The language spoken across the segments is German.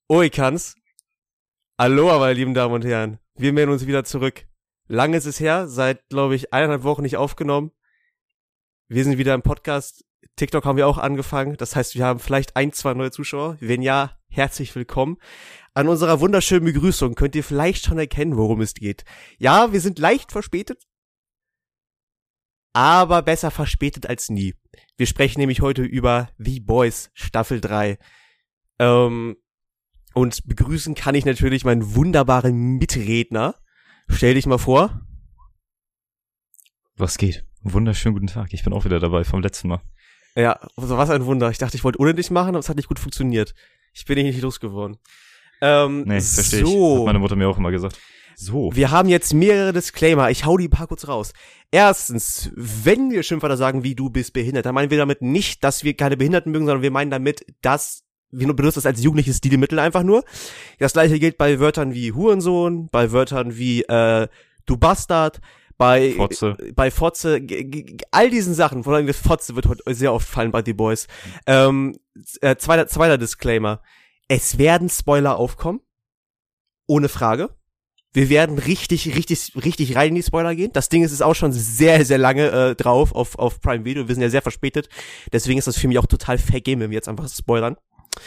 Ich kann's. Hallo, meine lieben Damen und Herren. Wir melden uns wieder zurück. Lange ist es her, seit, glaube ich, 1,5 Wochen nicht aufgenommen. Wir sind wieder im Podcast. TikTok haben wir auch angefangen. Das heißt, wir haben vielleicht 1-2 neue Zuschauer. Wenn ja, herzlich willkommen. An unserer wunderschönen Begrüßung könnt ihr vielleicht schon erkennen, worum es geht. Ja, wir sind leicht verspätet. Aber besser verspätet als nie. Wir sprechen nämlich heute über The Boys Staffel 3. Und begrüßen kann ich natürlich meinen wunderbaren Mitredner. Stell dich mal vor. Was geht? Wunderschönen guten Tag. Ich bin auch wieder dabei vom letzten Mal. Ja, also was ein Wunder. Ich dachte, ich wollte ohne dich machen, aber es hat nicht gut funktioniert. Ich bin nicht losgeworden. Nee, verstehe ich. Hat meine Mutter mir auch immer gesagt. So. Wir haben jetzt mehrere Disclaimer. Ich hau die paar kurz raus. Erstens, wenn wir Schimpfwörter sagen, wie du bist behindert, dann meinen wir damit nicht, dass wir keine Behinderten mögen, sondern wir meinen damit, dass wir benutzen das als jugendliches Stilmittel einfach nur. Das gleiche gilt bei Wörtern wie Hurensohn, bei Wörtern wie du Bastard, bei Fotze, all diesen Sachen, vor allem das Fotze wird heute sehr oft fallen bei The Boys. Zweiter Disclaimer. Es werden Spoiler aufkommen. Ohne Frage. Wir werden richtig rein in die Spoiler gehen. Das Ding ist auch schon sehr, sehr lange drauf auf Prime Video. Wir sind ja sehr verspätet. Deswegen ist das für mich auch total fake Game, wenn wir jetzt einfach spoilern.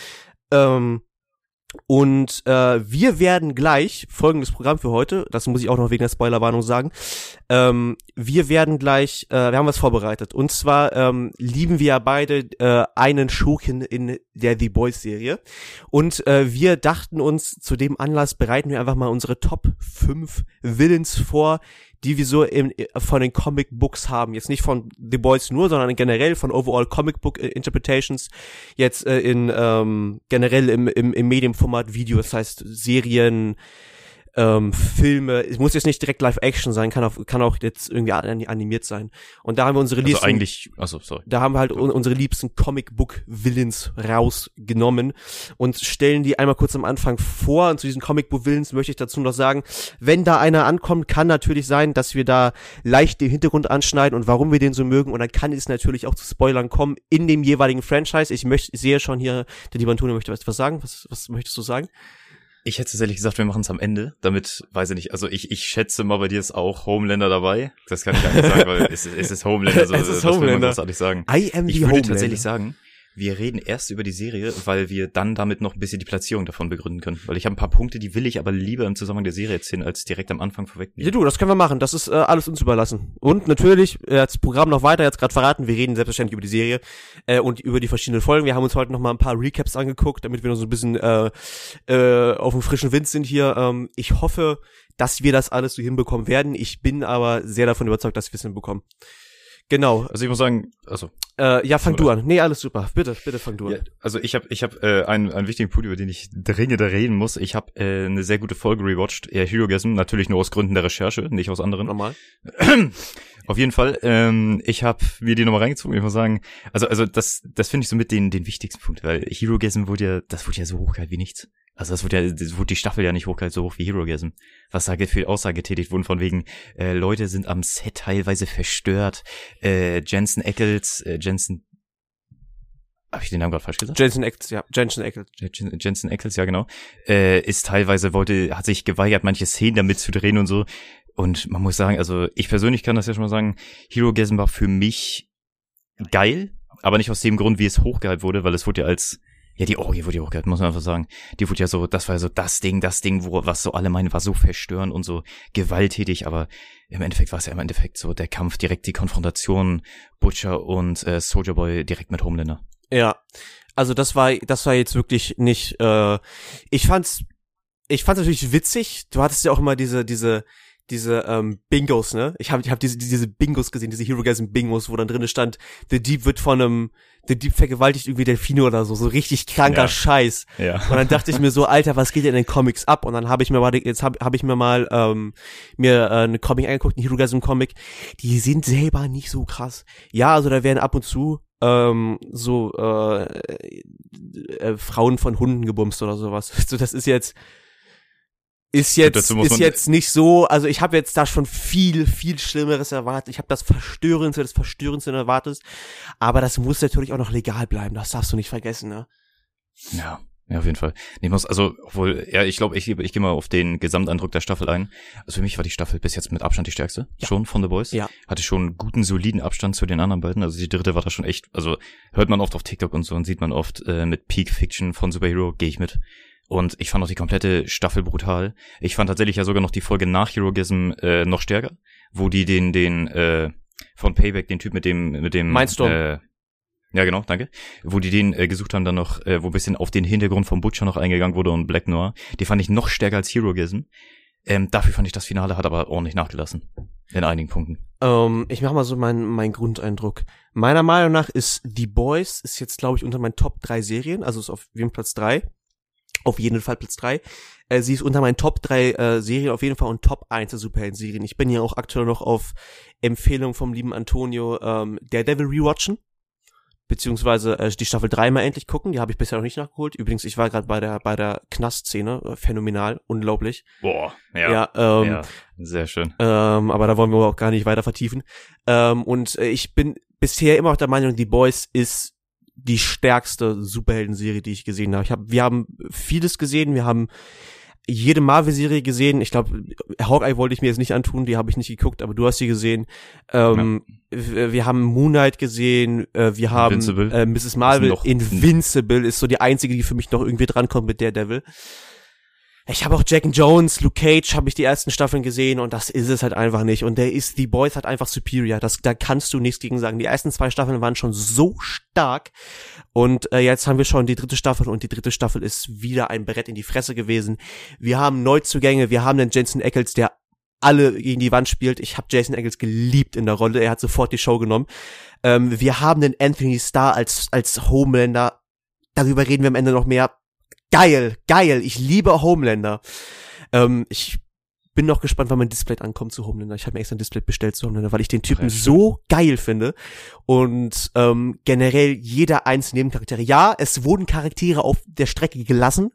Wir werden gleich, folgendes Programm für heute, das muss ich auch noch wegen der Spoilerwarnung sagen, wir werden gleich, wir haben was vorbereitet, und zwar lieben wir ja beide einen Schurken in der The Boys Serie, und wir dachten uns, zu dem Anlass bereiten wir einfach mal unsere Top 5 Villains vor, die wir so von den Comic Books haben. Jetzt nicht von The Boys nur, sondern generell von Overall Comic Book Interpretations. Jetzt generell im Medienformat Video, das heißt Serien, Filme. Es muss jetzt nicht direkt Live-Action sein, kann auch jetzt irgendwie animiert sein. Und da haben wir unsere Da haben wir halt unsere liebsten Comic-Book-Villains rausgenommen und stellen die einmal kurz am Anfang vor. Und zu diesen Comic-Book-Villains möchte ich dazu noch sagen, wenn da einer ankommt, kann natürlich sein, dass wir da leicht den Hintergrund anschneiden und warum wir den so mögen. Und dann kann es natürlich auch zu Spoilern kommen in dem jeweiligen Franchise. Ich sehe schon hier, der liebe Antonio möchte was sagen. Was möchtest du sagen? Ich hätte tatsächlich gesagt, wir machen es am Ende, damit, weiß ich nicht, also ich schätze mal, bei dir ist auch Homelander dabei. Das kann ich gar nicht sagen, weil es ist Homelander, so, es ist das Homelander. will man großartig sagen. I am the Ich würde Homelander. tatsächlich sagen, wir reden erst über die Serie, weil wir dann damit noch ein bisschen die Platzierung davon begründen können. Weil ich habe ein paar Punkte, die will ich aber lieber im Zusammenhang der Serie erzählen, als direkt am Anfang vorwegnehmen. Ja, du, das können wir machen. Das ist alles uns überlassen. Und natürlich, das Programm noch weiter, jetzt gerade verraten, wir reden selbstverständlich über die Serie und über die verschiedenen Folgen. Wir haben uns heute noch mal ein paar Recaps angeguckt, damit wir noch so ein bisschen auf dem frischen Wind sind hier. Ich hoffe, dass wir das alles so hinbekommen werden. Ich bin aber sehr davon überzeugt, dass wir es hinbekommen. Genau. Also ich muss sagen, ja, fang du an. Nee, alles super. Bitte fang du an. Ja, also ich hab einen wichtigen Punkt, über den ich dringend reden muss. Ich habe eine sehr gute Folge rewatcht, Herogasm, natürlich nur aus Gründen der Recherche, nicht aus anderen. Normal. Auf jeden Fall, ich habe mir die nochmal reingezogen. Ich muss sagen, also das finde ich so mit den wichtigsten Punkt, weil Herogasm wurde ja so hochgehalten wie nichts. Also das wurde die Staffel ja nicht hochgehalten so hoch wie Herogasm. Was da viel Aussage getätigt wurden von wegen, Leute sind am Set teilweise verstört. Jensen Ackles, habe ich den Namen gerade falsch gesagt? Jensen Ackles, ja. Jensen Ackles, ja genau. Ist teilweise hat sich geweigert, manche Szenen damit zu drehen und so. Und man muss sagen, also ich persönlich kann das ja schon mal sagen, Herogasm war für mich geil, aber nicht aus dem Grund, wie es hochgehalten wurde, weil es wurde ja als die Orgie wurde ja hochgehalten, muss man einfach sagen. Die wurde ja so, das war ja so das Ding, was so alle meinen, war so verstörend und so gewalttätig, aber im Endeffekt war es ja so der Kampf, direkt die Konfrontation, Butcher und Soulja Boy direkt mit Homelander. Ja, also das war jetzt wirklich nicht, ich fand's natürlich witzig. Du hattest ja auch immer diese Bingos, ne? Ich hab diese Bingos gesehen, diese Herogasm-Bingos, wo dann drinne stand, The Deep vergewaltigt irgendwie Delfine oder so richtig kranker Scheiß. Ja. Und dann dachte ich mir so, Alter, was geht denn in den Comics ab? Und dann habe ich mir mal eine Comic angeguckt, einen Herogasm-Comic. Die sind selber nicht so krass. Ja, also da werden ab und zu Frauen von Hunden gebumst oder sowas. So, das ist jetzt nicht so, also ich habe jetzt da schon viel Schlimmeres erwartet. Ich habe das Verstörendste erwartet, aber das muss natürlich auch noch legal bleiben. Das darfst du nicht vergessen, ne? Ja, Ja, auf jeden Fall. Ich glaube, ich gehe mal auf den Gesamteindruck der Staffel ein. Also für mich war die Staffel bis jetzt mit Abstand die stärkste. Ja. Schon von The Boys. Ja. Hatte schon einen guten, soliden Abstand zu den anderen beiden. Also die dritte war da schon echt, also hört man oft auf TikTok und so und sieht man oft mit Peak Fiction von Superhero, gehe ich mit. Und ich fand auch die komplette Staffel brutal. Ich fand tatsächlich ja sogar noch die Folge nach Heroism noch stärker, wo die den von Payback, den Typ mit dem Mindstorm. Ja, genau, danke. Wo die den gesucht haben, dann noch, wo ein bisschen auf den Hintergrund vom Butcher noch eingegangen wurde und Black Noir. Die fand ich noch stärker als Heroism. Dafür fand ich das Finale hat aber ordentlich nachgelassen. In einigen Punkten. Ich mach mal so meinen Grundeindruck. Meiner Meinung nach ist The Boys ist jetzt, glaube ich, unter meinen Top 3 Serien, also ist auf jeden Platz 3. Auf jeden Fall Platz 3. Sie ist unter meinen Top 3 Serien auf jeden Fall und Top 1 der Superhelden-Serien. Ich bin ja auch aktuell noch auf Empfehlung vom lieben Antonio Daredevil rewatchen. Beziehungsweise die Staffel 3 mal endlich gucken, die habe ich bisher noch nicht nachgeholt. Übrigens, ich war gerade bei der Knast-Szene, phänomenal, unglaublich. Boah, ja, sehr schön. Aber da wollen wir auch gar nicht weiter vertiefen. Und ich bin bisher immer noch der Meinung, The Boys ist die stärkste Superhelden-Serie, die ich gesehen habe. Wir haben vieles gesehen, wir haben jede Marvel-Serie gesehen. Ich glaube, Hawkeye wollte ich mir jetzt nicht antun, die habe ich nicht geguckt, aber du hast sie gesehen. Wir haben Moon Knight gesehen, wir haben Mrs. Marvel. Invincible ist so die einzige, die für mich noch irgendwie drankommt mit Daredevil. Ich habe auch Jack and Jones, Luke Cage habe ich die ersten Staffeln gesehen und das ist es halt einfach nicht. Und The Boys hat einfach superior. Da kannst du nichts gegen sagen. Die ersten 2 Staffeln waren schon so stark und jetzt haben wir schon die 3. Staffel und die 3. Staffel ist wieder ein Brett in die Fresse gewesen. Wir haben Neuzugänge, wir haben den Jensen Ackles, der alle gegen die Wand spielt. Ich habe Jason Ackles geliebt in der Rolle. Er hat sofort die Show genommen. Wir haben den Anthony Starr als Homelander. Darüber reden wir am Ende noch mehr. Geil. Ich liebe Homelander. Ich bin noch gespannt, wann mein Display ankommt zu Homelander. Ich habe mir extra ein Display bestellt zu Homelander, weil ich den Typen so geil finde. Und generell jeder einzelne Nebencharaktere. Ja, es wurden Charaktere auf der Strecke gelassen,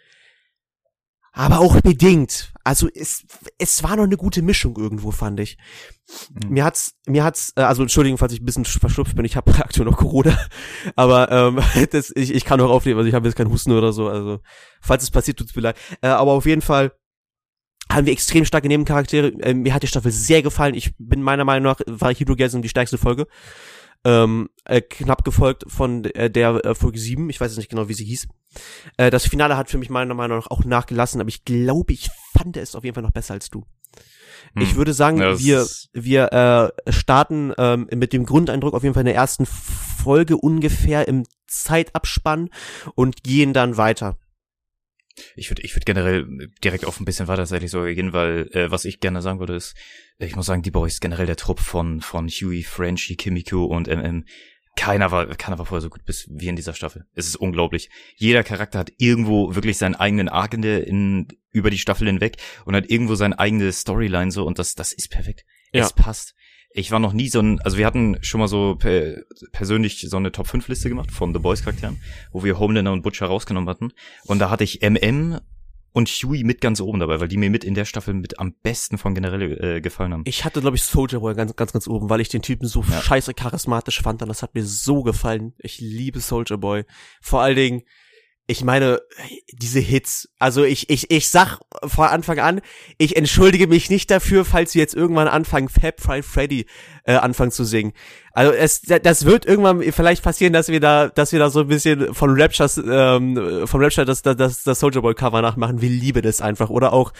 aber auch bedingt. Also es war noch eine gute Mischung irgendwo, fand ich. Mir hat's, also Entschuldigung, falls ich ein bisschen verschnupft bin, ich habe aktuell noch Corona, aber ich kann noch aufnehmen, also ich habe jetzt keinen Husten oder so, also falls es passiert, tut's mir leid. Aber auf jeden Fall haben wir extrem starke Nebencharaktere. Mir hat die Staffel sehr gefallen. Ich bin meiner Meinung nach, war Heroism die stärkste Folge. Knapp gefolgt von der Folge 7, ich weiß jetzt nicht genau, wie sie hieß. Das Finale hat für mich meiner Meinung nach auch nachgelassen, aber ich glaube, ich fand es auf jeden Fall noch besser als du. Ich würde sagen, wir starten mit dem Grundeindruck auf jeden Fall in der ersten Folge ungefähr im Zeitabspann und gehen dann weiter. Ich würde generell direkt auf ein bisschen weiter tatsächlich so gehen, weil was ich gerne sagen würde ist, ich muss sagen, die Boys, generell der Trupp von Huey, Frenchie, Kimiko und MM, keiner war vorher so gut wie in dieser Staffel. Es ist unglaublich. Jeder Charakter hat irgendwo wirklich seinen eigenen Arc über die Staffel hinweg und hat irgendwo seine eigene Storyline so und das ist perfekt. Ja. Es passt. Ich war noch nie also wir hatten schon mal so persönlich so eine Top-5-Liste gemacht von The Boys-Charakteren, wo wir Homelander und Butcher rausgenommen hatten. Und da hatte ich MM und Huey mit ganz oben dabei, weil die mir mit in der Staffel mit am besten von generell gefallen haben. Ich hatte, glaube ich, Soulja Boy ganz oben, weil ich den Typen so scheiße charismatisch fand und das hat mir so gefallen. Ich liebe Soulja Boy. Vor allen Dingen, ich meine, diese Hits, also ich sag vor Anfang an, ich entschuldige mich nicht dafür, falls wir jetzt irgendwann anfangen, Fab Five Freddy anfangen zu singen. Also das wird irgendwann vielleicht passieren, dass wir da so ein bisschen von Rapture das Soulja Boy Cover nachmachen. Wir lieben das einfach. Oder auch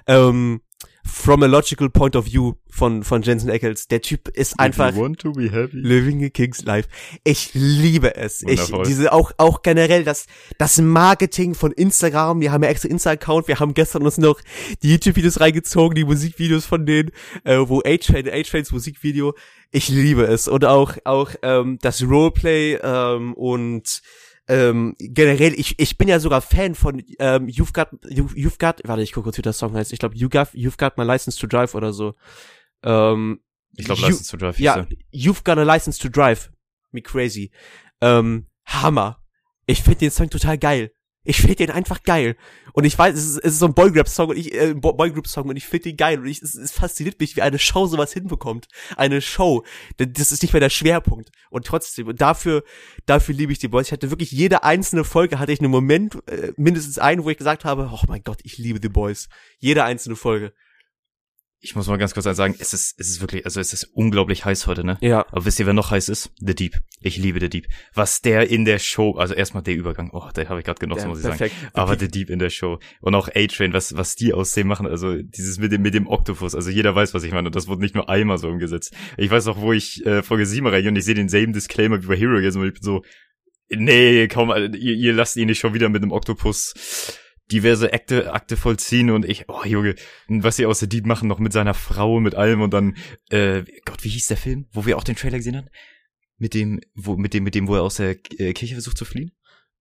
From a Logical Point of View von Jensen Ackles. Der Typ ist einfach want to be happy. Living a King's Life. Ich liebe es. Auch generell das Marketing von Instagram. Wir haben ja extra Insta-Account. Wir haben gestern uns noch die YouTube-Videos reingezogen, die Musikvideos von denen, wo A-Trains Musikvideo. Ich liebe es. Und auch das Roleplay und generell, ich bin ja sogar Fan von You've Got, warte, ich gucke kurz, wie der Song heißt. Ich glaube, You've Got My License to Drive oder so. Ich glaube, License to Drive. Ja, You've Got a License to Drive. Me crazy. Hammer. Ich finde den Song total geil. Ich finde den einfach geil. Und ich weiß, es ist so ein Boygroup-Song und ich finde den geil. Und es fasziniert mich, wie eine Show sowas hinbekommt. Eine Show. Das ist nicht mehr der Schwerpunkt. Und trotzdem, und dafür liebe ich die Boys. Ich hatte wirklich jede einzelne Folge hatte ich einen Moment, mindestens einen, wo ich gesagt habe, oh mein Gott, ich liebe die Boys. Jede einzelne Folge. Ich muss mal ganz kurz sagen, es ist wirklich, also es ist unglaublich heiß heute, ne? Ja. Aber wisst ihr, wer noch heiß ist? The Deep. Ich liebe The Deep. Was der in der Show, also erstmal der Übergang, den habe ich gerade genossen, muss ich perfekt. sagen. Aber The Deep in der Show. Und auch A-Train, was die aus dem machen, also dieses mit dem Oktopus, also jeder weiß, was ich meine. Und das wurde nicht nur einmal so umgesetzt. Ich weiß auch, wo ich Folge 7 reingehe und ich sehe denselben Disclaimer wie bei Heroism und ich bin so, nee, komm, ihr lasst ihn nicht schon wieder mit einem Oktopus diverse Akte vollziehen und Junge, was sie aus The Deep machen, noch mit seiner Frau, mit allem und dann, Gott, wie hieß der Film, wo wir auch den Trailer gesehen haben? Mit dem, wo er aus der Kirche versucht zu fliehen?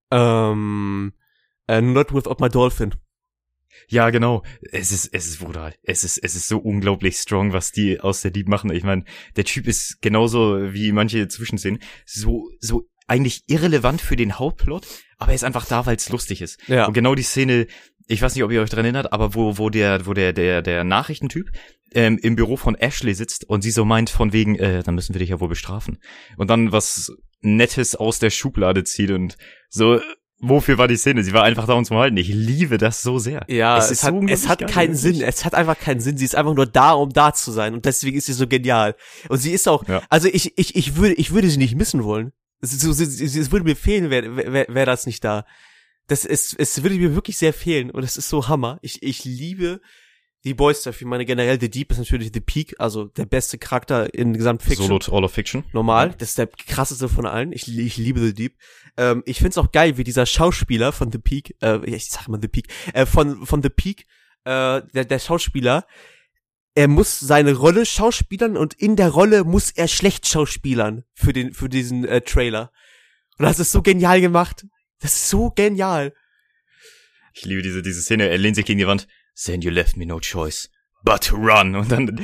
Not Without My Dolphin. Ja, genau. Es ist brutal. Es ist so unglaublich strong, was die aus der Deep machen. Ich meine, der Typ ist genauso wie manche Zwischenszenen so eigentlich irrelevant für den Hauptplot, aber er ist einfach da, weil es lustig ist. Ja. Und genau die Szene, ich weiß nicht, ob ihr euch dran erinnert, aber wo der Nachrichtentyp im Büro von Ashley sitzt und sie so meint von wegen, dann müssen wir dich ja wohl bestrafen. Und dann was Nettes aus der Schublade zieht und so, wofür war die Szene? Sie war einfach da, um zu halten. Ich liebe das so sehr. Ja, es hat keinen Sinn. Es hat einfach keinen Sinn. Sie ist einfach nur da, um da zu sein. Und deswegen ist sie so genial. Und sie ist auch, also ich würde sie nicht missen wollen. Es würde mir fehlen, wäre das nicht da. Es würde mir wirklich sehr fehlen und es ist so Hammer. Ich liebe die Boys dafür. Ich meine, generell The Deep ist natürlich The Peak, also der beste Charakter in Gesamtfiction. Solo All of Fiction. Normal, das ist der krasseste von allen. Ich liebe The Deep. Ich find's auch geil, wie dieser Schauspieler von The Peak, ich sag immer The Peak, von The Peak, der Schauspieler, er muss seine Rolle schauspielern und in der Rolle muss er schlecht schauspielern für diesen Trailer. Und das ist so genial gemacht. Das ist so genial. Ich liebe diese Szene. Er lehnt sich gegen die Wand. Then you left me no choice but to run. Und dann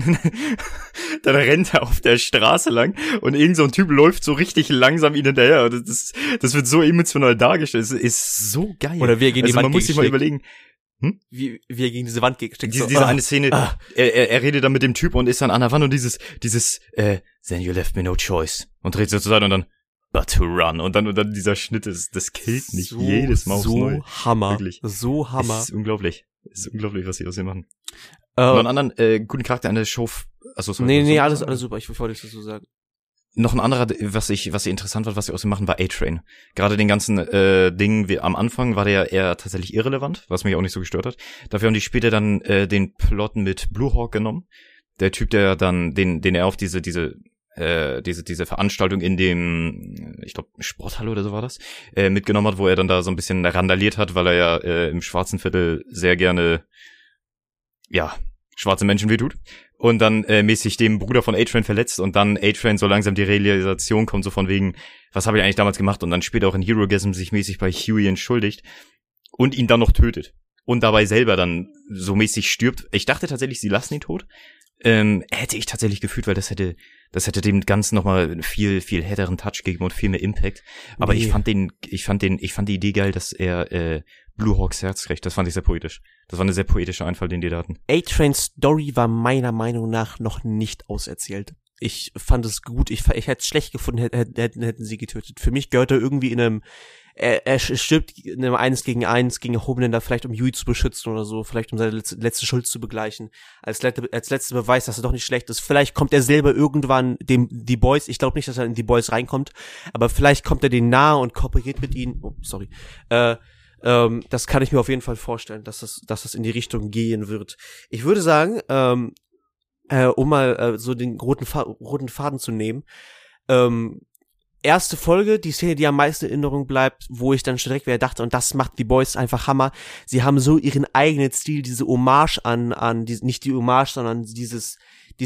rennt er auf der Straße lang und irgend so ein Typ läuft so richtig langsam ihn hinterher. Das wird so emotional dargestellt. Es ist so geil. Oder wie er gegen die Wand man muss sich mal überlegen. Wie er gegen diese Wand geht. Diese eine Szene, er redet dann mit dem Typ und ist dann an der Wand und dieses, then you left me no choice. Und dreht sich zur Seite und dann, but to run. Und dann dieser Schnitt, das killt mich jedes Mal aufs Neue. Hammer. Wirklich. So Hammer. Es ist unglaublich, was sie aus dem machen. Noch einen anderen, guten Charakter an der Show, Nee, alles super. Ich wollte das so sagen. Noch ein anderer, was interessant war, was sie aus dem machen, war A-Train. Gerade den ganzen Ding, wie am Anfang war der eher tatsächlich irrelevant, was mich auch nicht so gestört hat. Dafür haben die später dann den Plot mit Blue Hawk genommen. Der Typ, der dann, den er auf diese Veranstaltung in dem, ich glaube, Sporthalle oder so war das, mitgenommen hat, wo er dann da so ein bisschen randaliert hat, weil er ja im schwarzen Viertel sehr gerne, schwarze Menschen wehtut. Und dann mäßig dem Bruder von A-Train verletzt und dann A-Train so langsam die Realisation kommt, so von wegen, was habe ich eigentlich damals gemacht? Und dann später auch in Heroism sich mäßig bei Huey entschuldigt und ihn dann noch tötet. Und dabei selber dann so mäßig stirbt. Ich dachte tatsächlich, sie lassen ihn tot. Hätte ich tatsächlich gefühlt, weil das hätte dem Ganzen nochmal viel, viel härteren Touch gegeben und viel mehr Impact. Aber ich fand die Idee geil, dass er Blue Hawks Herz kriegt. Das fand ich sehr poetisch. Das war eine sehr poetische Einfall, den die da hatten. A-Train's Story war meiner Meinung nach noch nicht auserzählt. Ich fand es gut. Ich hätte es schlecht gefunden, hätten sie getötet. Für mich gehört er irgendwie in einem, er stirbt in einem 1 gegen 1 gegen Homelander, vielleicht um Yui zu beschützen oder so, vielleicht um seine letzte Schuld zu begleichen. Als letzter Beweis, dass er doch nicht schlecht ist. Vielleicht kommt er selber irgendwann die Boys, ich glaube nicht, dass er in die Boys reinkommt, aber vielleicht kommt er denen nahe und kooperiert mit ihnen. Oh, sorry. Das kann ich mir auf jeden Fall vorstellen, dass das in die Richtung gehen wird. Ich würde sagen, um mal so den roten Faden zu nehmen, erste Folge, die Szene, die am meisten in Erinnerung bleibt, wo ich dann schon direkt wieder dachte, und das macht die Boys einfach Hammer. Sie haben so ihren eigenen Stil, diese Hommage nicht die Hommage, sondern diese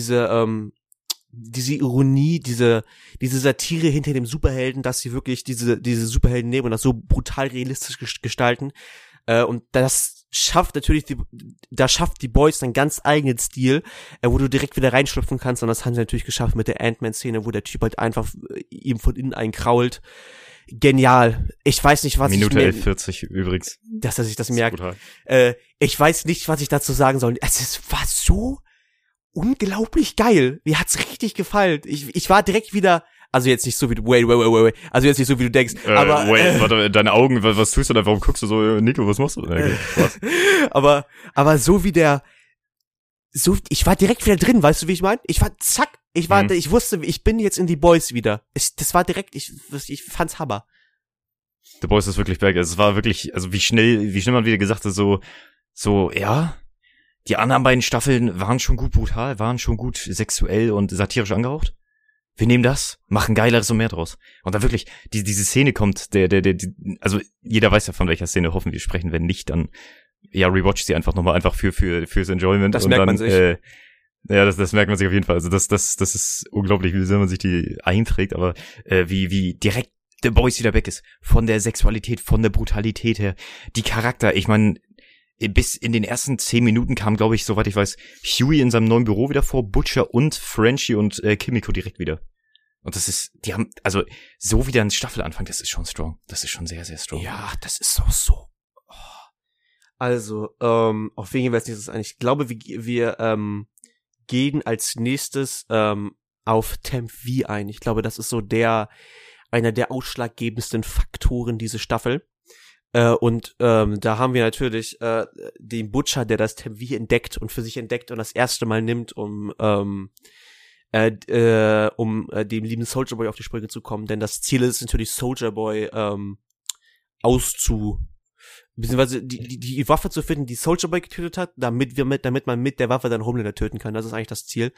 Ironie, diese Satire hinter dem Superhelden, dass sie wirklich diese Superhelden nehmen und das so brutal realistisch gestalten. Und das schafft die Boys einen ganz eigenen Stil, wo du direkt wieder reinschlüpfen kannst. Und das haben sie natürlich geschafft mit der Ant-Man-Szene, wo der Typ halt einfach ihm von innen einkrault. genial. Ich weiß nicht, was Minute 11:40 übrigens. dass er sich das merkt. Ich weiß nicht, was ich dazu sagen soll. War so unglaublich geil. Mir hat's richtig gefallen. Ich war direkt wieder, also jetzt nicht so wie du, wait. Also jetzt nicht so wie du denkst, aber warte, deine Augen, was tust du da? Warum guckst du so, Nico, was machst du? Okay, was? aber so wie ich war direkt wieder drin, weißt du, wie ich meine? Ich wusste, ich bin jetzt in die Boys wieder. Das war direkt, ich fand's Hammer. The Boys ist wirklich back. Es war wirklich, also wie schnell man wieder gesagt hat, so, ja, die anderen beiden Staffeln waren schon gut brutal, waren schon gut sexuell und satirisch angehaucht. Wir nehmen das, machen Geileres und mehr draus. Und dann wirklich, diese Szene kommt, also jeder weiß ja, von welcher Szene hoffen wir sprechen, wenn nicht, dann, ja, rewatch sie einfach nochmal, einfach fürs Enjoyment. Das merkt man sich. Ja, das merkt man sich auf jeden Fall. Also das ist unglaublich, wie sehr man sich die einträgt, aber wie direkt The Boys wieder weg ist. Von der Sexualität, von der Brutalität her. Die Charakter, ich meine, bis in den ersten 10 Minuten kam, glaube ich, soweit ich weiß, Huey in seinem neuen Büro wieder vor, Butcher und Frenchie und Kimiko direkt wieder. Und die haben, also so wieder ein Staffelanfang, das ist schon strong. Das ist schon sehr, sehr strong. Ja, das ist so. Oh. Also, auf wen gehen wir als nächstes ein? Ich glaube, wir gehen als nächstes auf Temp V ein. Ich glaube, das ist so einer der ausschlaggebendsten Faktoren diese Staffel. Und da haben wir natürlich den Butcher, der das Temp V entdeckt und für sich entdeckt und das erste Mal nimmt, um dem lieben Soulja Boy auf die Sprünge zu kommen. Denn das Ziel ist natürlich, Soulja Boy beziehungsweise die Waffe zu finden, die Soulja Boy getötet hat, damit man mit der Waffe dann Homelander töten kann. Das ist eigentlich das Ziel.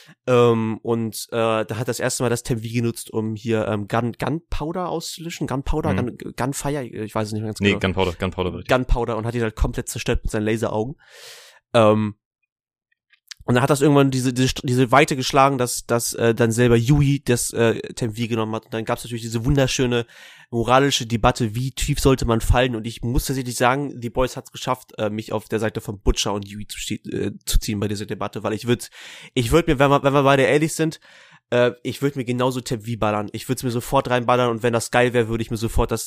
Da hat das erste Mal das Temp V genutzt, um hier Gunpowder auszulöschen. Gunfire, ich weiß es nicht mehr ganz genau. Nee, Gunpowder. Gunpowder und hat ihn halt komplett zerstört mit seinen Laseraugen. Und dann hat das irgendwann diese Weite geschlagen, dass dann selber Huey das Temp V genommen hat. Und dann gab es natürlich diese wunderschöne moralische Debatte, wie tief sollte man fallen. Und ich muss tatsächlich sagen, die Boys hat's geschafft, mich auf der Seite von Butcher und Huey zu ziehen bei dieser Debatte, weil ich würde mir, wenn wir beide ehrlich sind, ich würde mir genauso Temp V ballern. Ich würde es mir sofort reinballern und wenn das geil wäre, würde ich mir sofort das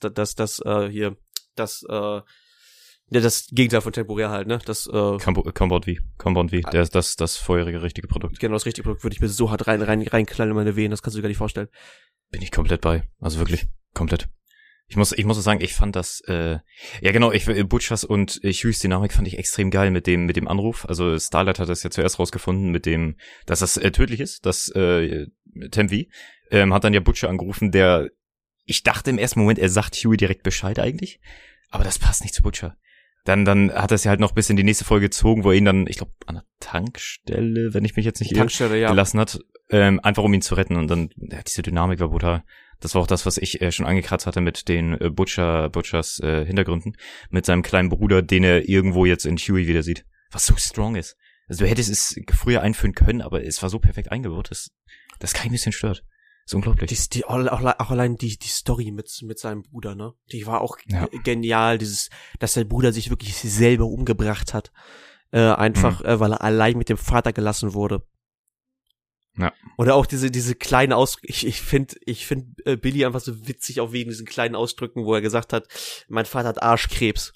Gegenteil von temporär halt, ne? Das Compound V. Das vorherige richtige Produkt. Genau, das richtige Produkt würde ich mir so hart reinknallen in meine Venen, das kannst du dir gar nicht vorstellen. Bin ich komplett bei. Also wirklich, komplett. Ich muss sagen, ich fand das, Butchers und Hueys Dynamik fand ich extrem geil mit dem Anruf. Also Starlight hat das ja zuerst rausgefunden mit dem, dass das tödlich ist, das Temp V. Hat dann ja Butcher angerufen, ich dachte im ersten Moment, er sagt Huey direkt Bescheid eigentlich, aber das passt nicht zu Butcher. Dann hat er es ja halt noch bis in die nächste Folge gezogen, wo er ihn dann, ich glaube, an der Tankstelle, wenn ich mich jetzt nicht irre, gelassen hat, einfach um ihn zu retten. Und dann, diese Dynamik war brutal. Das war auch das, was ich schon angekratzt hatte mit den Butchers Hintergründen. Mit seinem kleinen Bruder, den er irgendwo jetzt in Huey wieder sieht. Was so strong ist. Also du hättest es früher einführen können, aber es war so perfekt eingebaut, das kein bisschen stört. Das ist unglaublich. Auch allein die Story mit seinem Bruder, ne? Die war auch genial, dass sein Bruder sich wirklich selber umgebracht hat. Weil er allein mit dem Vater gelassen wurde. Ja. Oder auch diese kleinen Ausdrücke. Ich finde Billy einfach so witzig, auch wegen diesen kleinen Ausdrücken, wo er gesagt hat, mein Vater hat Arschkrebs.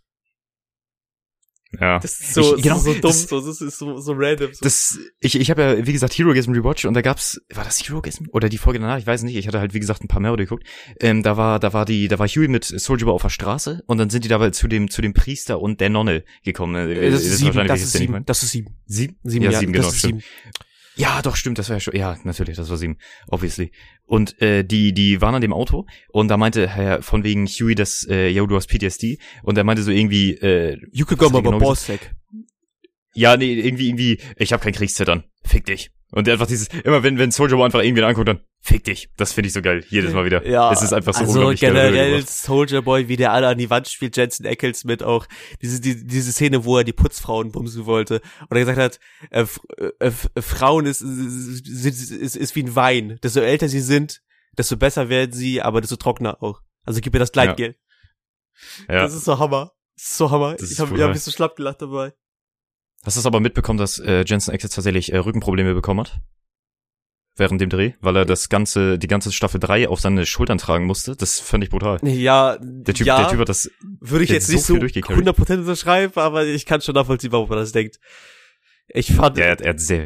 Ja. Das ist so dumm, das ist so random. So. Ich habe ja, wie gesagt, Heroism rewatcht und da war das Heroism? Oder die Folge danach? Ich weiß nicht, ich hatte halt, wie gesagt, ein paar mehr geguckt. Da war Huey mit Soulja Boy auf der Straße und dann sind die dabei zu dem Priester und der Nonne gekommen. Das ist 7. Das ist 7. 7? 7, ja, 7, genau, das ist stimmt. 7. Ja, doch, stimmt, das war ja schon, ja, natürlich, das war 7, obviously. Und die waren an dem Auto und da meinte von wegen Huey, dass, du hast PTSD und er meinte so irgendwie, you could go my boss sack. Ja, nee, irgendwie, ich habe kein Kriegszittern, fick dich. Und einfach immer wenn Soulja Boy einfach irgendwen anguckt, dann fick dich. Das finde ich so geil, jedes Mal wieder. Ja, es ist einfach so also unglaublich generell Soulja Boy, wie der alle an die Wand spielt, Jensen Ackles mit auch diese Szene, wo er die Putzfrauen bumsen wollte und er gesagt hat, Frauen ist wie ein Wein. Desto älter sie sind, desto besser werden sie, aber desto trockener auch. Also gib mir das Gleitgel. Ja. Das ist so Hammer. Ich hab mich so schlapp gelacht dabei. Hast du es aber mitbekommen, dass Jensen Ackles tatsächlich Rückenprobleme bekommen hat? während dem Dreh, weil er die ganze Staffel 3 auf seine Schultern tragen musste. Das fand ich brutal. Ja, Der Typ hat das, würde ich jetzt nicht so 100% unterschreiben, aber ich kann schon nachvollziehen, warum man das denkt. Ich fand, er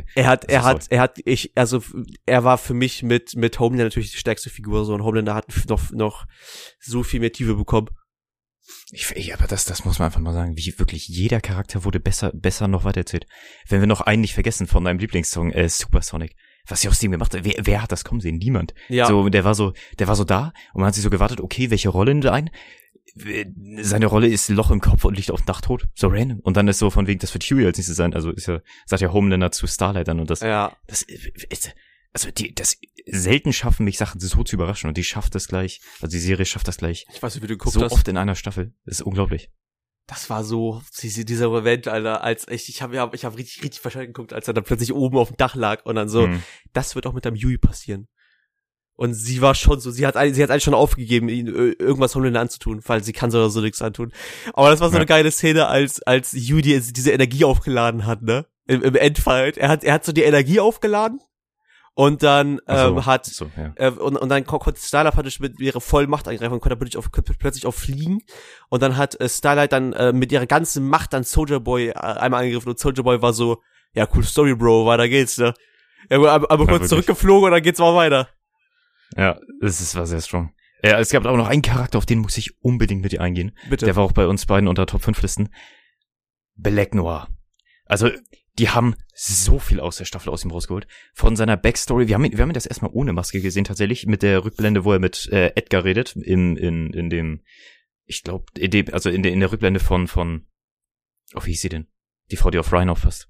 war für mich mit Homelander natürlich die stärkste Figur, so, und Homelander hat noch so viel mehr Tiefe bekommen. Aber das muss man einfach mal sagen, wie wirklich jeder Charakter wurde besser noch weitererzählt. Wenn wir noch einen nicht vergessen von deinem Lieblingssong, Supersonic. Was sie aus dem gemacht hat, wer hat das kommen sehen? Niemand. Ja. So, der war so da und man hat sich so gewartet, okay, welche Rolle nimmt er ein? Seine Rolle ist Loch im Kopf und liegt auf dem Nachtod. So random. Und dann ist so von wegen, das wird Huey als nächstes sein. Also sagt ja Homelander zu Starlight dann und das ist, also das selten schaffen mich Sachen so zu überraschen und die schafft das gleich. Also die Serie schafft das gleich. Ich weiß nicht, wie du geguckt so hast. Oft in einer Staffel. Das ist unglaublich. Das war so, dieser Moment, Alter, als ich hab richtig verstanden geguckt, als er dann plötzlich oben auf dem Dach lag und dann so, das wird auch mit deinem Huey passieren. Und sie war schon so, sie hat eigentlich schon aufgegeben, ihn irgendwas Homelander anzutun, weil sie kann so nichts antun. Aber das war so eine geile Szene, als Huey diese Energie aufgeladen hat, ne? Im Endfight. Er hat so die Energie aufgeladen und dann und dann konnte Starlight praktisch mit ihrer vollen Macht angreifen und konnte plötzlich auf fliegen. Und dann hat Starlight dann mit ihrer ganzen Macht dann Soulja Boy einmal angegriffen und Soulja Boy war so, ja, cool Story, Bro, weiter geht's, ne? Er war aber kurz zurückgeflogen und dann geht's mal weiter. Ja, war sehr strong. Ja, es gab aber noch einen Charakter, auf den muss ich unbedingt mit dir eingehen. Bitte. Der war auch bei uns beiden unter Top 5 Listen. Black Noir. Also, die haben so viel aus der Staffel aus ihm rausgeholt. Von seiner Backstory, wir haben ihn das erstmal ohne Maske gesehen, tatsächlich, mit der Rückblende, wo er mit Edgar redet, in dem, ich glaube, in der Rückblende von, wie hieß sie denn? Die Frau, die auf Ryan aufpasst.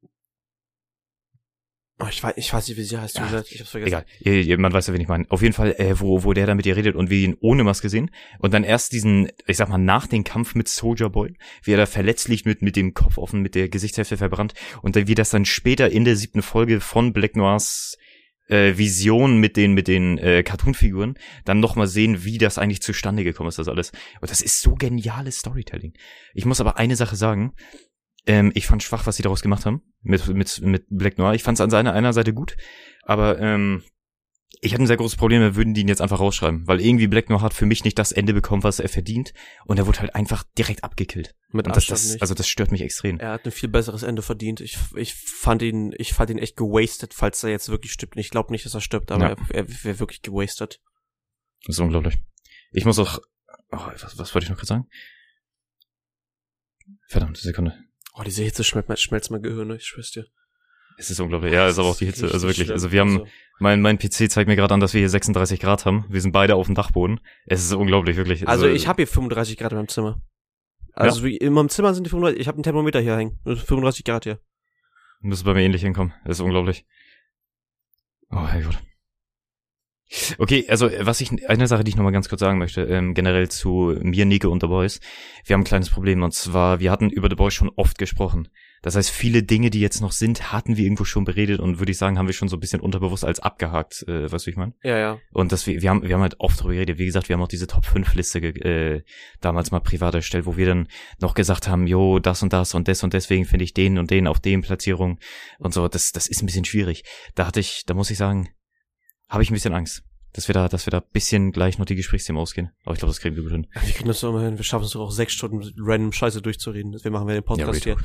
Oh, ich weiß nicht, wie sie heißt. Ich hab's vergessen. Egal, man weiß ja, wen ich meine. Auf jeden Fall, wo der da mit ihr redet und wir ihn ohne Maske sehen. Und dann erst diesen, ich sag mal, nach dem Kampf mit Soulja Boy, wie er da verletzt liegt mit dem Kopf offen, mit der Gesichtshälfte verbrannt. Und dann, wie das dann später in der 7. Folge von Black Noirs Vision mit den Cartoon-Figuren dann nochmal sehen, wie das eigentlich zustande gekommen ist, das alles. Und das ist so geniales Storytelling. Ich muss aber eine Sache sagen, ich fand schwach, was sie daraus gemacht haben mit Black Noir. Ich fand es an einer Seite gut, aber ich hatte ein sehr großes Problem, wir würden die ihn jetzt einfach rausschreiben, weil irgendwie Black Noir hat für mich nicht das Ende bekommen, was er verdient, und er wurde halt einfach direkt abgekillt. Mit Abstand nicht. Also das stört mich extrem. Er hat ein viel besseres Ende verdient. Ich fand ihn echt gewastet, falls er jetzt wirklich stirbt. Ich glaube nicht, dass er stirbt, aber er wäre wirklich gewastet. Das ist unglaublich. Ich muss auch, was wollte ich noch gerade sagen? Verdammte Sekunde. Oh, diese Hitze schmelzt mein Gehirn, ne? Ich schwör's dir. Es ist unglaublich. Ja, ist aber auch die Hitze. Also wirklich. Also wir haben, mein PC zeigt mir gerade an, dass wir hier 36 Grad haben. Wir sind beide auf dem Dachboden. Es ist unglaublich, wirklich. Also ich habe hier 35 Grad in meinem Zimmer. Also in meinem Zimmer sind die 35, ich habe einen Thermometer hier hängen. 35 Grad hier. Müsste bei mir ähnlich hinkommen. Es ist unglaublich. Oh, Herrgott. Okay, also eine Sache, die ich nochmal ganz kurz sagen möchte, generell zu mir, Nico und The Boys. Wir haben ein kleines Problem, und zwar, wir hatten über The Boys schon oft gesprochen. Das heißt, viele Dinge, die jetzt noch sind, hatten wir irgendwo schon beredet, und würde ich sagen, haben wir schon so ein bisschen unterbewusst als abgehakt, weißt du, wie ich meine? Ja. Und wir haben halt oft darüber geredet. Wie gesagt, wir haben auch diese Top-5-Liste damals mal privat erstellt, wo wir dann noch gesagt haben, jo, das und das und deswegen finde ich den und den auf den Platzierungen und so. Das ist ein bisschen schwierig. Da muss ich sagen, habe ich ein bisschen Angst, dass wir da ein bisschen gleich noch die Gesprächsthemen ausgehen. Aber ich glaube, das kriegen wir gut hin. Wir kriegen das doch immer hin. Wir schaffen es doch auch 6 Stunden mit random Scheiße durchzureden. Deswegen machen wir den Podcast hier.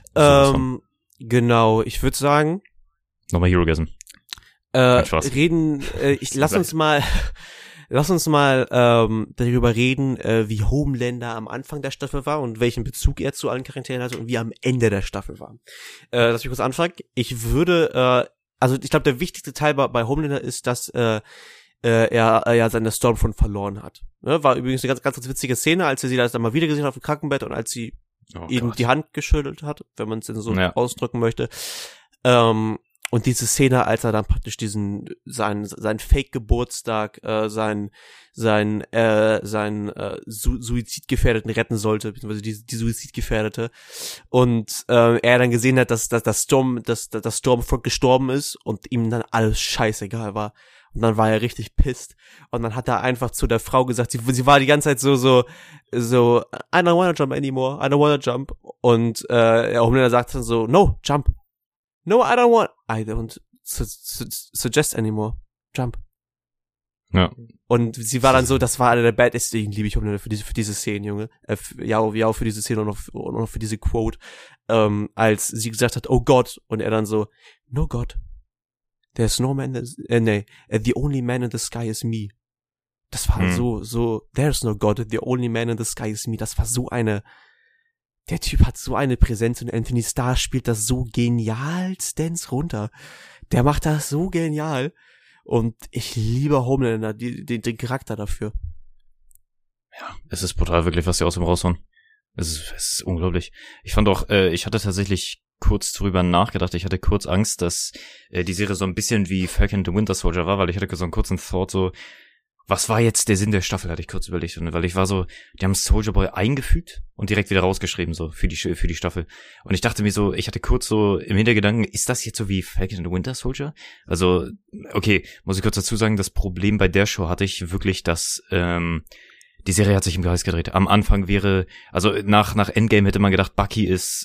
Genau, ich würde sagen, nochmal Herogasm. Lass uns mal darüber reden, wie Homelander am Anfang der Staffel war und welchen Bezug er zu allen Charakteren hatte und wie er am Ende der Staffel war. Lass mich kurz anfangen. Ich würde, also ich glaube, der wichtigste Teil bei Homelander ist, dass er seine Stormfront verloren hat. Ne? War übrigens eine ganz witzige Szene, als er sie dann mal wieder gesehen hat auf dem Krankenbett und als sie ihm die Hand geschüttelt hat, wenn man es denn so ausdrücken möchte. Und diese Szene, als er dann praktisch seinen Fake-Geburtstag, seinen Suizidgefährdeten retten sollte, beziehungsweise die Suizidgefährdete, und er dann gesehen hat, dass Stormfront gestorben ist und ihm dann alles scheißegal war. Und dann war er richtig pisst. Und dann hat er einfach zu der Frau gesagt, sie war die ganze Zeit so, I don't wanna jump anymore, I don't wanna jump. Und Homelander sagt dann so, no, jump. No, I don't want. suggest anymore. Jump. Ja. Und sie war dann so, das war einer der Bad, deswegen liebe ich Homelander für diese Szene, Junge. Ja, für diese Szene und noch für diese Quote, als sie gesagt hat, oh Gott, und er dann so, no God. There's no man, the only man in the sky is me. Das war so, there's no God, the only man in the sky is me. Das war so der Typ hat so eine Präsenz und Anthony Starr spielt das so genial, Stans runter. Der macht das so genial. Und ich liebe Homelander, den Charakter dafür. Ja, es ist brutal wirklich, was die aus dem raushauen. Es ist unglaublich. Ich fand auch, ich hatte tatsächlich kurz drüber nachgedacht. Ich hatte kurz Angst, dass die Serie so ein bisschen wie Falcon and the Winter Soldier war, weil ich hatte so einen kurzen Thought so, was war jetzt der Sinn der Staffel, hatte ich kurz überlegt. Und weil ich war so, die haben Soldier Boy eingefügt und direkt wieder rausgeschrieben, so, für die Staffel. Und ich dachte mir so, ich hatte kurz so im Hintergedanken, ist das jetzt so wie Falcon and the Winter Soldier? Also, okay, muss ich kurz dazu sagen, das Problem bei der Show hatte ich wirklich, dass, die Serie hat sich im Kreis gedreht. Am Anfang also nach Endgame hätte man gedacht, Bucky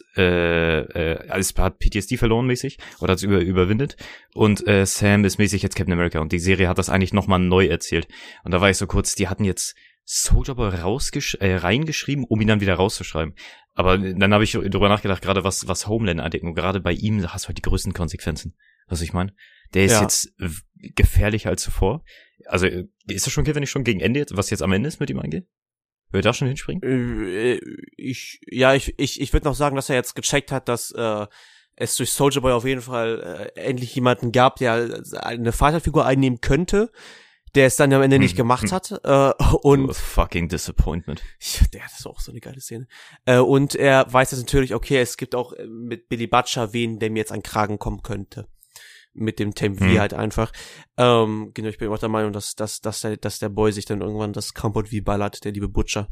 hat PTSD verloren mäßig oder hat es überwindet und Sam ist mäßig jetzt Captain America und die Serie hat das eigentlich nochmal neu erzählt. Und da war ich so kurz, die hatten jetzt Soldier Boy reingeschrieben, um ihn dann wieder rauszuschreiben. Aber dann habe ich darüber nachgedacht, gerade was Homeland angeht, und gerade bei ihm hast du halt die größten Konsequenzen. Was ich meine? Der ist jetzt gefährlicher als zuvor. Also, ist das schon okay, wenn ich schon gegen Ende was jetzt am Ende ist mit ihm eingehe? Will er da schon hinspringen? Ich würde noch sagen, dass er jetzt gecheckt hat, dass es durch Soldier Boy auf jeden Fall endlich jemanden gab, der eine Vaterfigur einnehmen könnte, der es dann am Ende nicht gemacht hat. Und fucking Disappointment. Ja, das ist auch so eine geile Szene. Und er weiß jetzt natürlich, okay, es gibt auch mit Billy Butcher wen, der mir jetzt an den Kragen kommen könnte. Mit dem Team V halt einfach. Genau, ich bin auch der Meinung, dass der Boy sich dann irgendwann das Compound V ballert, der liebe Butcher.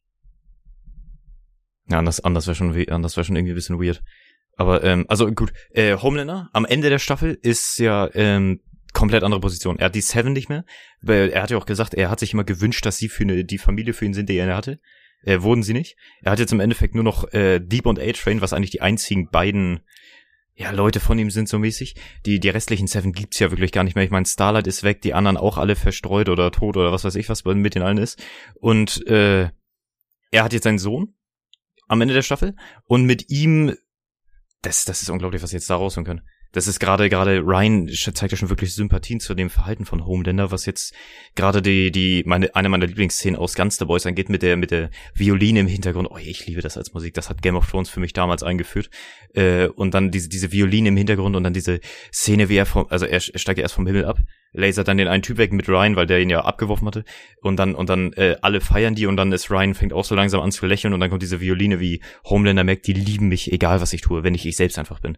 Ja, anders wäre schon irgendwie ein bisschen weird. Aber, also gut, Homelander am Ende der Staffel ist ja, komplett andere Position. Er hat die Seven nicht mehr. Er hat ja auch gesagt, er hat sich immer gewünscht, dass sie die Familie für ihn sind, die er hatte. Wurden sie nicht. Er hat jetzt im Endeffekt nur noch Deep und A-Train, was eigentlich die einzigen beiden Leute von ihm sind so mäßig. Die restlichen Seven gibt's ja wirklich gar nicht mehr. Ich meine, Starlight ist weg, die anderen auch alle verstreut oder tot oder was weiß ich, was mit den allen ist. Und er hat jetzt einen Sohn am Ende der Staffel und mit ihm, das ist unglaublich, was sie jetzt da rausholen können. Das ist gerade Ryan zeigt ja schon wirklich Sympathien zu dem Verhalten von Homelander, was jetzt gerade eine meiner Lieblingsszenen aus Guns the Boys angeht, mit der Violine im Hintergrund. Oh, ich liebe das als Musik. Das hat Game of Thrones für mich damals eingeführt. Und dann diese Violine im Hintergrund und dann diese Szene, wie er steigt ja erst vom Himmel ab, lasert dann den einen Typ weg mit Ryan, weil der ihn ja abgeworfen hatte. Und dann alle feiern die und dann ist Ryan fängt auch so langsam an zu lächeln und dann kommt diese Violine, wie Homelander merkt, die lieben mich, egal was ich tue, wenn ich selbst einfach bin.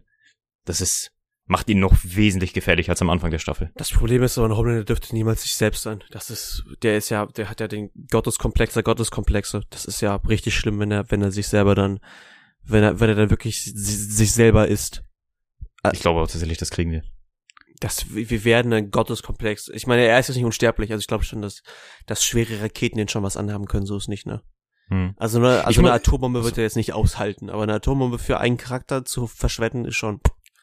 Macht ihn noch wesentlich gefährlicher als am Anfang der Staffel. Das Problem ist aber, Homelander dürfte niemals sich selbst sein. Der hat ja den Gotteskomplex der Gotteskomplexe. Das ist ja richtig schlimm, wenn er sich selber dann, wenn er dann wirklich sich selber ist. Ich glaube auch tatsächlich, das kriegen wir. Wir werden ein Gotteskomplex. Ich meine, er ist jetzt nicht unsterblich, also ich glaube schon, dass schwere Raketen den schon was anhaben können, so ist nicht, ne? Also eine Atombombe wird er jetzt nicht aushalten, aber eine Atombombe für einen Charakter zu verschwenden ist schon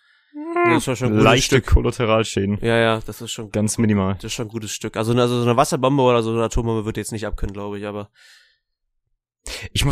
leichte Kollateralschäden. Ja, das ist schon ganz minimal. Das ist schon ein gutes Stück. Also eine Wasserbombe oder so eine Atombombe wird jetzt nicht abkönnen, glaube ich, aber ich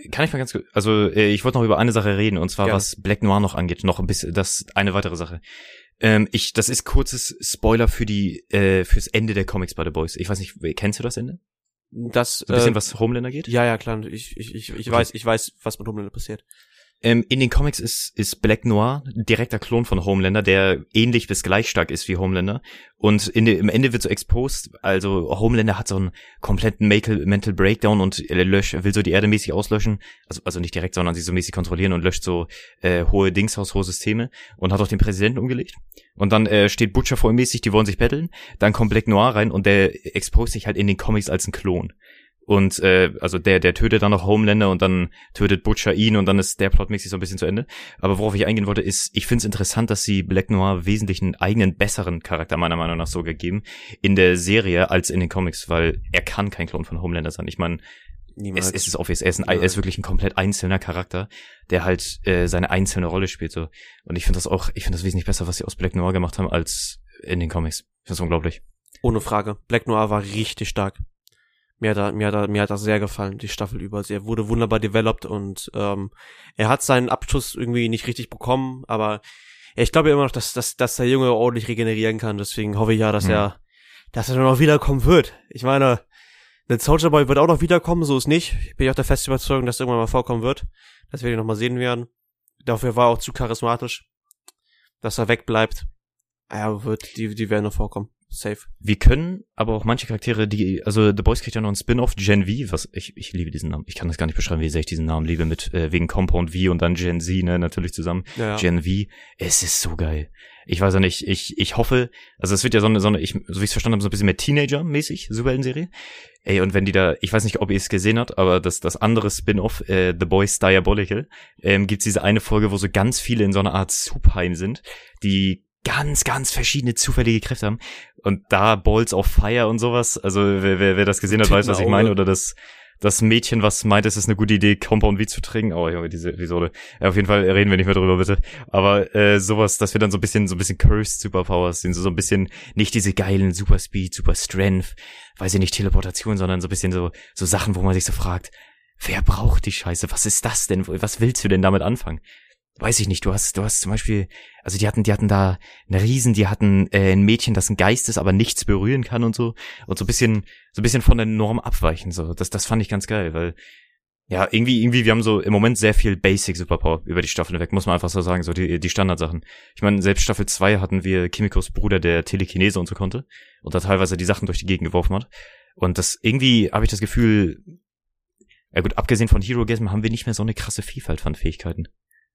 wollte noch über eine Sache reden, und zwar was Black Noir noch angeht, noch ein bisschen, das eine weitere Sache. Das ist kurzes Spoiler fürs Ende der Comics bei The Boys. Ich weiß nicht, kennst du das Ende? Das so ein bisschen, was Homelander geht? Ja, klar, ich weiß, was mit Homelander passiert. In den Comics ist Black Noir direkter Klon von Homelander, der ähnlich bis gleich stark ist wie Homelander. Und im Ende wird so exposed, also Homelander hat so einen kompletten Mental Breakdown und will so die Erde mäßig auslöschen. Also nicht direkt, sondern sie so mäßig kontrollieren und löscht so hohe Systeme und hat auch den Präsidenten umgelegt. Und dann steht Butcher vor ihm mäßig, die wollen sich battlen. Dann kommt Black Noir rein und der exposed sich halt in den Comics als ein Klon. Und also der tötet dann noch Homelander und dann tötet Butcher ihn und dann ist der plotmäßig so ein bisschen zu Ende. Aber worauf ich eingehen wollte, ist, ich finde es interessant, dass sie Black Noir wesentlich einen eigenen, besseren Charakter meiner Meinung nach so gegeben in der Serie als in den Comics, weil er kann kein Klon von Homelander sein. Ich meine, Niemals. Es ist obvious, er ist wirklich ein komplett einzelner Charakter, der halt seine einzelne Rolle spielt so. Und ich finde das wesentlich besser, was sie aus Black Noir gemacht haben, als in den Comics. Ich finde das unglaublich. Ohne Frage. Black Noir war richtig stark. Mir hat das sehr gefallen, die Staffel über. Er wurde wunderbar developed und er hat seinen Abschluss irgendwie nicht richtig bekommen, aber ich glaube immer noch, dass der Junge ordentlich regenerieren kann. Deswegen hoffe ich ja, dass er noch wiederkommen wird. Ich meine, der Soulja Boy wird auch noch wiederkommen, so ist nicht. Ich bin auch der festen Überzeugung, dass er irgendwann mal vorkommen wird. Das werde ich noch mal sehen werden. Dafür war er auch zu charismatisch, dass er wegbleibt. Ja, die werden noch vorkommen. Safe. Wir können aber auch manche Charaktere, also The Boys kriegt ja noch ein Spin-off, Gen V, was ich liebe diesen Namen. Ich kann das gar nicht beschreiben, wie sehr ich diesen Namen liebe, mit wegen Compound V und dann Gen Z, ne, natürlich zusammen. Ja. Gen V, es ist so geil. Ich weiß ja nicht, ich hoffe, also es wird ja so eine, so wie ich es verstanden habe, so ein bisschen mehr Teenager-mäßig, Superhelden-Serie. Ey, und wenn die da, ich weiß nicht, ob ihr es gesehen habt, aber das andere Spin-off, The Boys Diabolical, gibt's diese eine Folge, wo so ganz viele in so einer Art Supheim sind, die ganz, ganz verschiedene zufällige Kräfte haben. Und da Balls of Fire und sowas, also wer das gesehen hat, weiß, was ich meine. Oder das Mädchen, was meint, es ist eine gute Idee, Compound V zu trinken. Oh, Junge, diese Episode. Ja, auf jeden Fall reden wir nicht mehr drüber, bitte. Aber sowas, dass wir dann so ein bisschen cursed Superpowers sind. So ein bisschen nicht diese geilen Super Speed, Super Strength, weiß ich nicht, Teleportation, sondern so ein bisschen so Sachen, wo man sich so fragt, wer braucht die Scheiße? Was ist das denn? Was willst du denn damit anfangen? Weiß ich nicht, du hast zum Beispiel, also die hatten da eine Riesen, die hatten ein Mädchen, das ein Geist ist, aber nichts berühren kann und so ein bisschen von der Norm abweichen, so, das fand ich ganz geil, weil, ja, irgendwie, wir haben so im Moment sehr viel Basic Superpower über die Staffel weg, muss man einfach so sagen, so die Standardsachen. Ich meine, selbst Staffel 2 hatten wir Kimikos Bruder, der Telekinese und so konnte und da teilweise die Sachen durch die Gegend geworfen hat und das, irgendwie habe ich das Gefühl, ja gut, abgesehen von Herogasm haben wir nicht mehr so eine krasse Vielfalt von Fähigkeiten.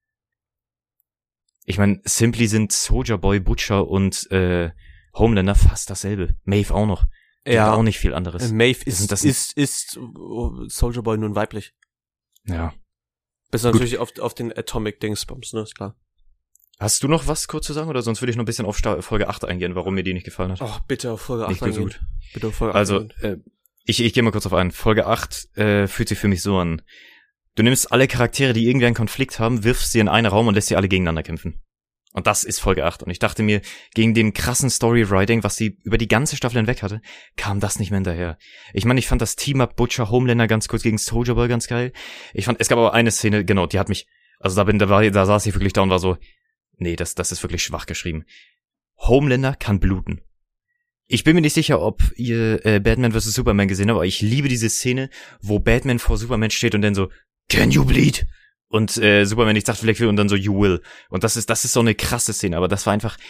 Ich meine, Simply sind Soulja Boy, Butcher und Homelander fast dasselbe. Maeve auch noch. Ja, auch nicht viel anderes. Maeve ist Soulja Boy nun weiblich. Ja. Bis natürlich auf den Atomic-Dingsbums, ne, ist klar. Hast du noch was kurz zu sagen, oder sonst würde ich noch ein bisschen auf Folge 8 eingehen, warum mir die nicht gefallen hat? Ach, bitte auf Folge 8 nicht eingehen. Gut. Bitte auf Folge 8 also, ich gehe mal kurz auf ein. Folge 8 fühlt sich für mich so an. Du nimmst alle Charaktere, die irgendwie einen Konflikt haben, wirfst sie in einen Raum und lässt sie alle gegeneinander kämpfen. Und das ist Folge 8. Und ich dachte mir, gegen den krassen Storywriting, was sie über die ganze Staffel hinweg hatte, kam das nicht mehr hinterher. Ich meine, ich fand das Team-Up Butcher Homelander ganz kurz gegen Soulja Boy ganz geil. Es gab aber eine Szene, genau, die hat mich, also da saß ich wirklich da und war so, nee, das ist wirklich schwach geschrieben. Homelander kann bluten. Ich bin mir nicht sicher, ob ihr Batman vs. Superman gesehen habt, aber ich liebe diese Szene, wo Batman vor Superman steht und dann so, can you bleed? Und Superman nicht sagt, vielleicht will und dann so, you will. Und das ist so eine krasse Szene, aber das war einfach,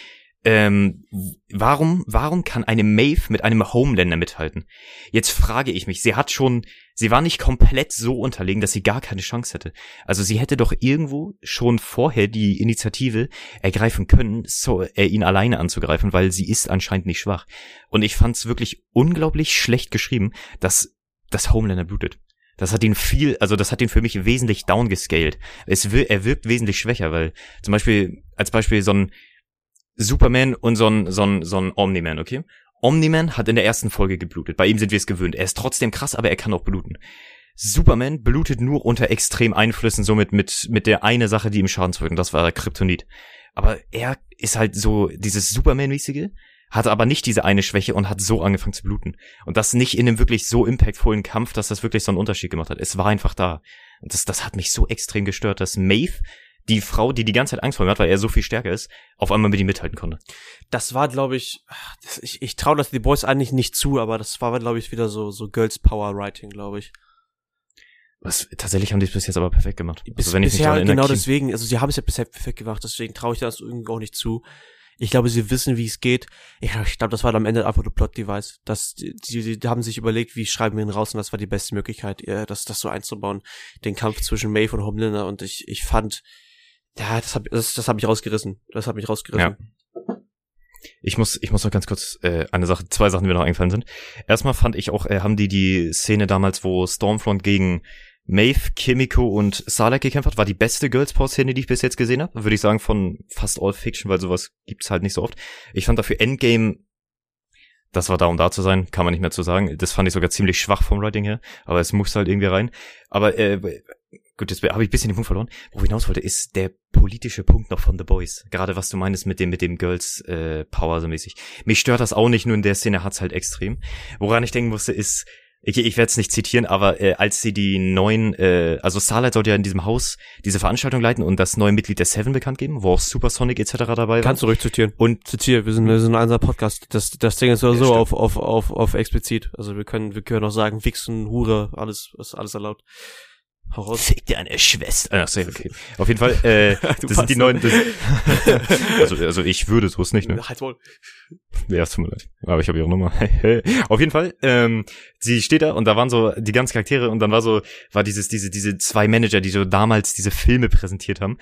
warum kann eine Maeve mit einem Homelander mithalten? Jetzt frage ich mich, sie war nicht komplett so unterlegen, dass sie gar keine Chance hätte. Also sie hätte doch irgendwo schon vorher die Initiative ergreifen können, ihn alleine anzugreifen, weil sie ist anscheinend nicht schwach. Und ich fand's wirklich unglaublich schlecht geschrieben, dass das Homelander blutet. Das hat ihn für mich wesentlich downgescaled. Er wirkt wesentlich schwächer, weil als Beispiel so ein Superman und so ein Omni-Man, okay? Omni-Man hat in der ersten Folge geblutet. Bei ihm sind wir es gewöhnt. Er ist trotzdem krass, aber er kann auch bluten. Superman blutet nur unter extremen Einflüssen, somit mit der eine Sache, die ihm Schaden zufügt, und das war Kryptonit. Aber er ist halt so dieses Superman-mäßige, hatte aber nicht diese eine Schwäche und hat so angefangen zu bluten. Und das nicht in einem wirklich so impactvollen Kampf, dass das wirklich so einen Unterschied gemacht hat. Es war einfach da. Und das hat mich so extrem gestört, dass Maeve, die Frau, die ganze Zeit Angst vor ihm hat, weil er so viel stärker ist, auf einmal mit ihm mithalten konnte. Das war, glaube ich, ich traue das die Boys eigentlich nicht zu, aber das war, glaube ich, wieder so Girls Power Writing, glaube ich. Tatsächlich haben die es bis jetzt aber perfekt gemacht. Also wenn ich mich daran erinnere, genau deswegen, also sie haben es ja bisher perfekt gemacht, deswegen traue ich das irgendwie auch nicht zu. Ich glaube, sie wissen, wie es geht. Ich glaube, das war am Ende einfach nur Plot-Device. Die haben sich überlegt, wie schreiben wir ihn raus, und das war die beste Möglichkeit, das so einzubauen. Den Kampf zwischen Maeve und Homelander, und ich fand, ja, das hat mich rausgerissen. Das hat mich rausgerissen. Ja. Ich muss noch ganz kurz zwei Sachen, die mir noch eingefallen sind. Erstmal fand ich auch, haben die Szene damals, wo Stormfront gegen Maeve, Kimiko und Salak gekämpft hat, war die beste Girls Power Szene, die ich bis jetzt gesehen habe. Würde ich sagen, von fast all Fiction, weil sowas gibt's halt nicht so oft. Ich fand dafür Endgame das war da, um da zu sein, kann man nicht mehr zu sagen. Das fand ich sogar ziemlich schwach vom Writing her, aber es muss halt irgendwie rein. Aber gut, jetzt habe ich ein bisschen den Punkt verloren. Wo ich hinaus wollte, ist der politische Punkt noch von The Boys. Gerade was du meinst mit dem Girls Power so mäßig. Mich stört das auch nicht, nur in der Szene hat's halt extrem. Woran ich denken musste, ist, ich werde es nicht zitieren, aber als sie die neuen, also Starlight sollte ja in diesem Haus diese Veranstaltung leiten und das neue Mitglied der Seven bekannt geben, wo auch Supersonic etc. dabei war. Kannst du ruhig zitieren. Und zitiere, wir sind ein einser Podcast. Das Ding ist sowieso auf explizit. Also wir können auch sagen, Wichsen, Hure, alles, ist alles erlaubt. Fick dir eine Schwester. Ach so, okay. Auf jeden Fall, das sind die neuen, also ich würde so's nicht, ne? Halt wohl. Ja, tut mir leid. Aber ich habe ihre Nummer. Auf jeden Fall, sie steht da und da waren so die ganzen Charaktere und dann war diese zwei Manager, die so damals diese Filme präsentiert haben,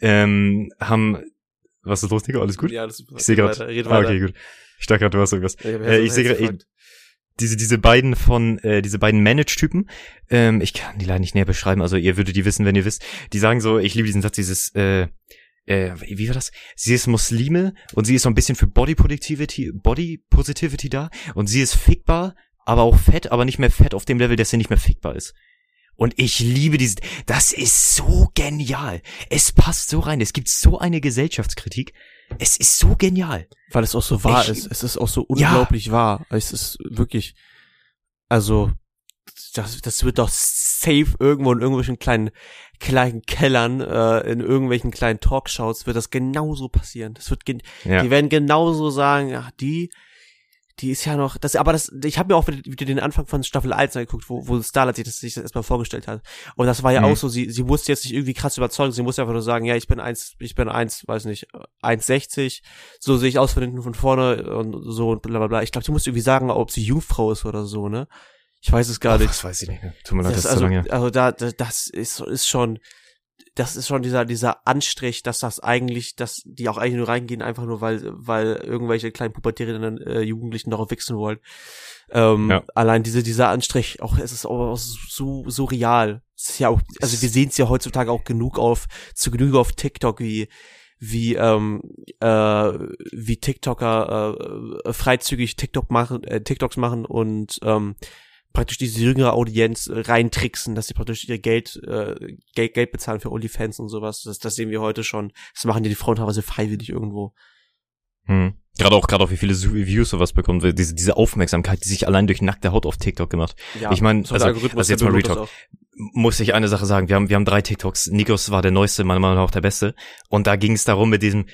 was ist los, Nico? Alles gut? Ja, alles super. Ich sehe gerade. Okay, gut. Ich dachte gerade, du hast irgendwas. Ich sehe gerade, diese beiden Manage-Typen, ich kann die leider nicht näher beschreiben, also ihr würdet die wissen, wenn ihr wisst, die sagen so, ich liebe diesen Satz, wie war das? Sie ist Muslime und sie ist so ein bisschen für Body Positivity da und sie ist fickbar, aber auch fett, aber nicht mehr fett auf dem Level, dass sie nicht mehr fickbar ist. Und ich liebe das ist so genial. Es passt so rein, es gibt so eine Gesellschaftskritik. Es ist so genial. Weil es auch so wahr ist. Es ist auch so unglaublich wahr. Es ist wirklich, also, das wird doch safe irgendwo in irgendwelchen kleinen Kellern, in irgendwelchen kleinen Talkshows wird das genauso passieren. Die werden genauso sagen, ach, die ist ja noch, ich habe mir auch wieder den Anfang von Staffel 1 angeguckt, wo Starlight sich das erstmal vorgestellt hat. Und das war ja auch so, sie musste jetzt nicht irgendwie krass überzeugen, sie musste einfach nur sagen, ja, ich bin 1,60, so sehe ich aus von hinten von vorne und so und bla bla bla. Ich glaube, sie musste irgendwie sagen, ob sie Jungfrau ist oder so, ne? Ich weiß es gar nicht. Das weiß ich nicht mehr. Tut mir leid, das ist so lange. Also das ist schon dieser Anstrich, dass die auch eigentlich nur reingehen, einfach nur, weil irgendwelche kleinen pubertären Jugendlichen darauf wichsen wollen. Allein dieser Anstrich, auch, es ist auch so real. Es ist ja auch, also wir sehen es ja heutzutage auch zu Genüge auf TikTok, wie TikToker freizügig TikToks machen und praktisch diese jüngere Audienz reintricksen, dass sie praktisch ihr Geld bezahlen für OnlyFans und sowas. Das sehen wir heute schon. Das machen die Frauen teilweise freiwillig irgendwo. Gerade auch wie viele Views sowas bekommt, diese Aufmerksamkeit, die sich allein durch nackte Haut auf TikTok gemacht. Ja, ich meine, also jetzt mal Retalk. Muss ich eine Sache sagen, wir haben 3 TikToks. Nikos war der neueste, meiner Meinung nach auch der beste. Und da ging es darum mit dieser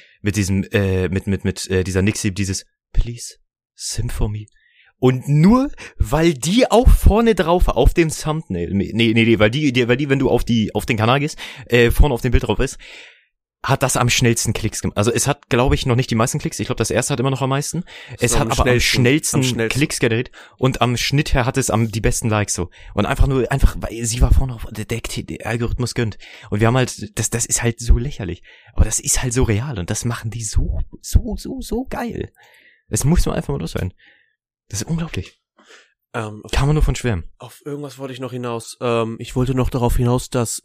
Nixie, dieses Please, simp for me. Und nur, weil die auch vorne drauf war, auf dem Thumbnail, weil die, wenn du auf den Kanal gehst, vorne auf dem Bild drauf ist, hat das am schnellsten Klicks gemacht. Also es hat, glaube ich, noch nicht die meisten Klicks. Ich glaube, das erste hat immer noch am meisten. Es hat aber am schnellsten Klicks generiert. Und am Schnitt her hat es die besten Likes so. Und einfach, weil sie war vorne auf, der Algorithmus gönnt. Und wir haben halt, das ist halt so lächerlich. Aber das ist halt so real. Und das machen die so geil. Das muss man einfach mal loswerden. Das ist unglaublich. Kann man nur von schwärmen. Auf irgendwas wollte ich noch hinaus. Ich wollte noch darauf hinaus, dass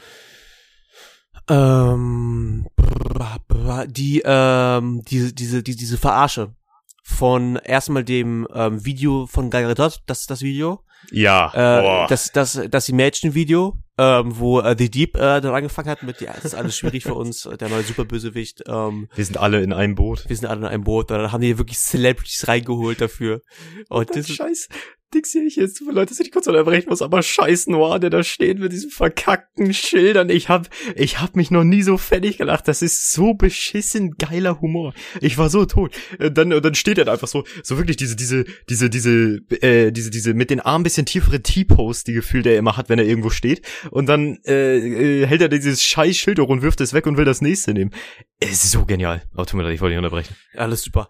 diese Verarsche von erstmal dem Video von Gal Gadot, das Video. Ja. Das Imagine-Video, wo The Deep dann angefangen hat mit, ja, es ist alles schwierig für uns, der neue Superbösewicht. Wir sind alle in einem Boot. Und dann haben die wirklich Celebrities reingeholt dafür. Und das Scheiß Dings hier, jetzt, Leute, dass ich kurz unterbrechen muss, aber scheiß Noir, der da steht mit diesen verkackten Schildern. Ich hab mich noch nie so fertig gelacht. Das ist so beschissen geiler Humor. Ich war so tot. Dann steht er da einfach so wirklich diese mit den Armen bisschen tiefere T-Pose, die Gefühl, der er immer hat, wenn er irgendwo steht. Und dann hält er dieses scheiß Schild hoch und wirft es weg und will das nächste nehmen. Es ist so genial. Oh, tut mir leid, ich wollte nicht unterbrechen. Alles super.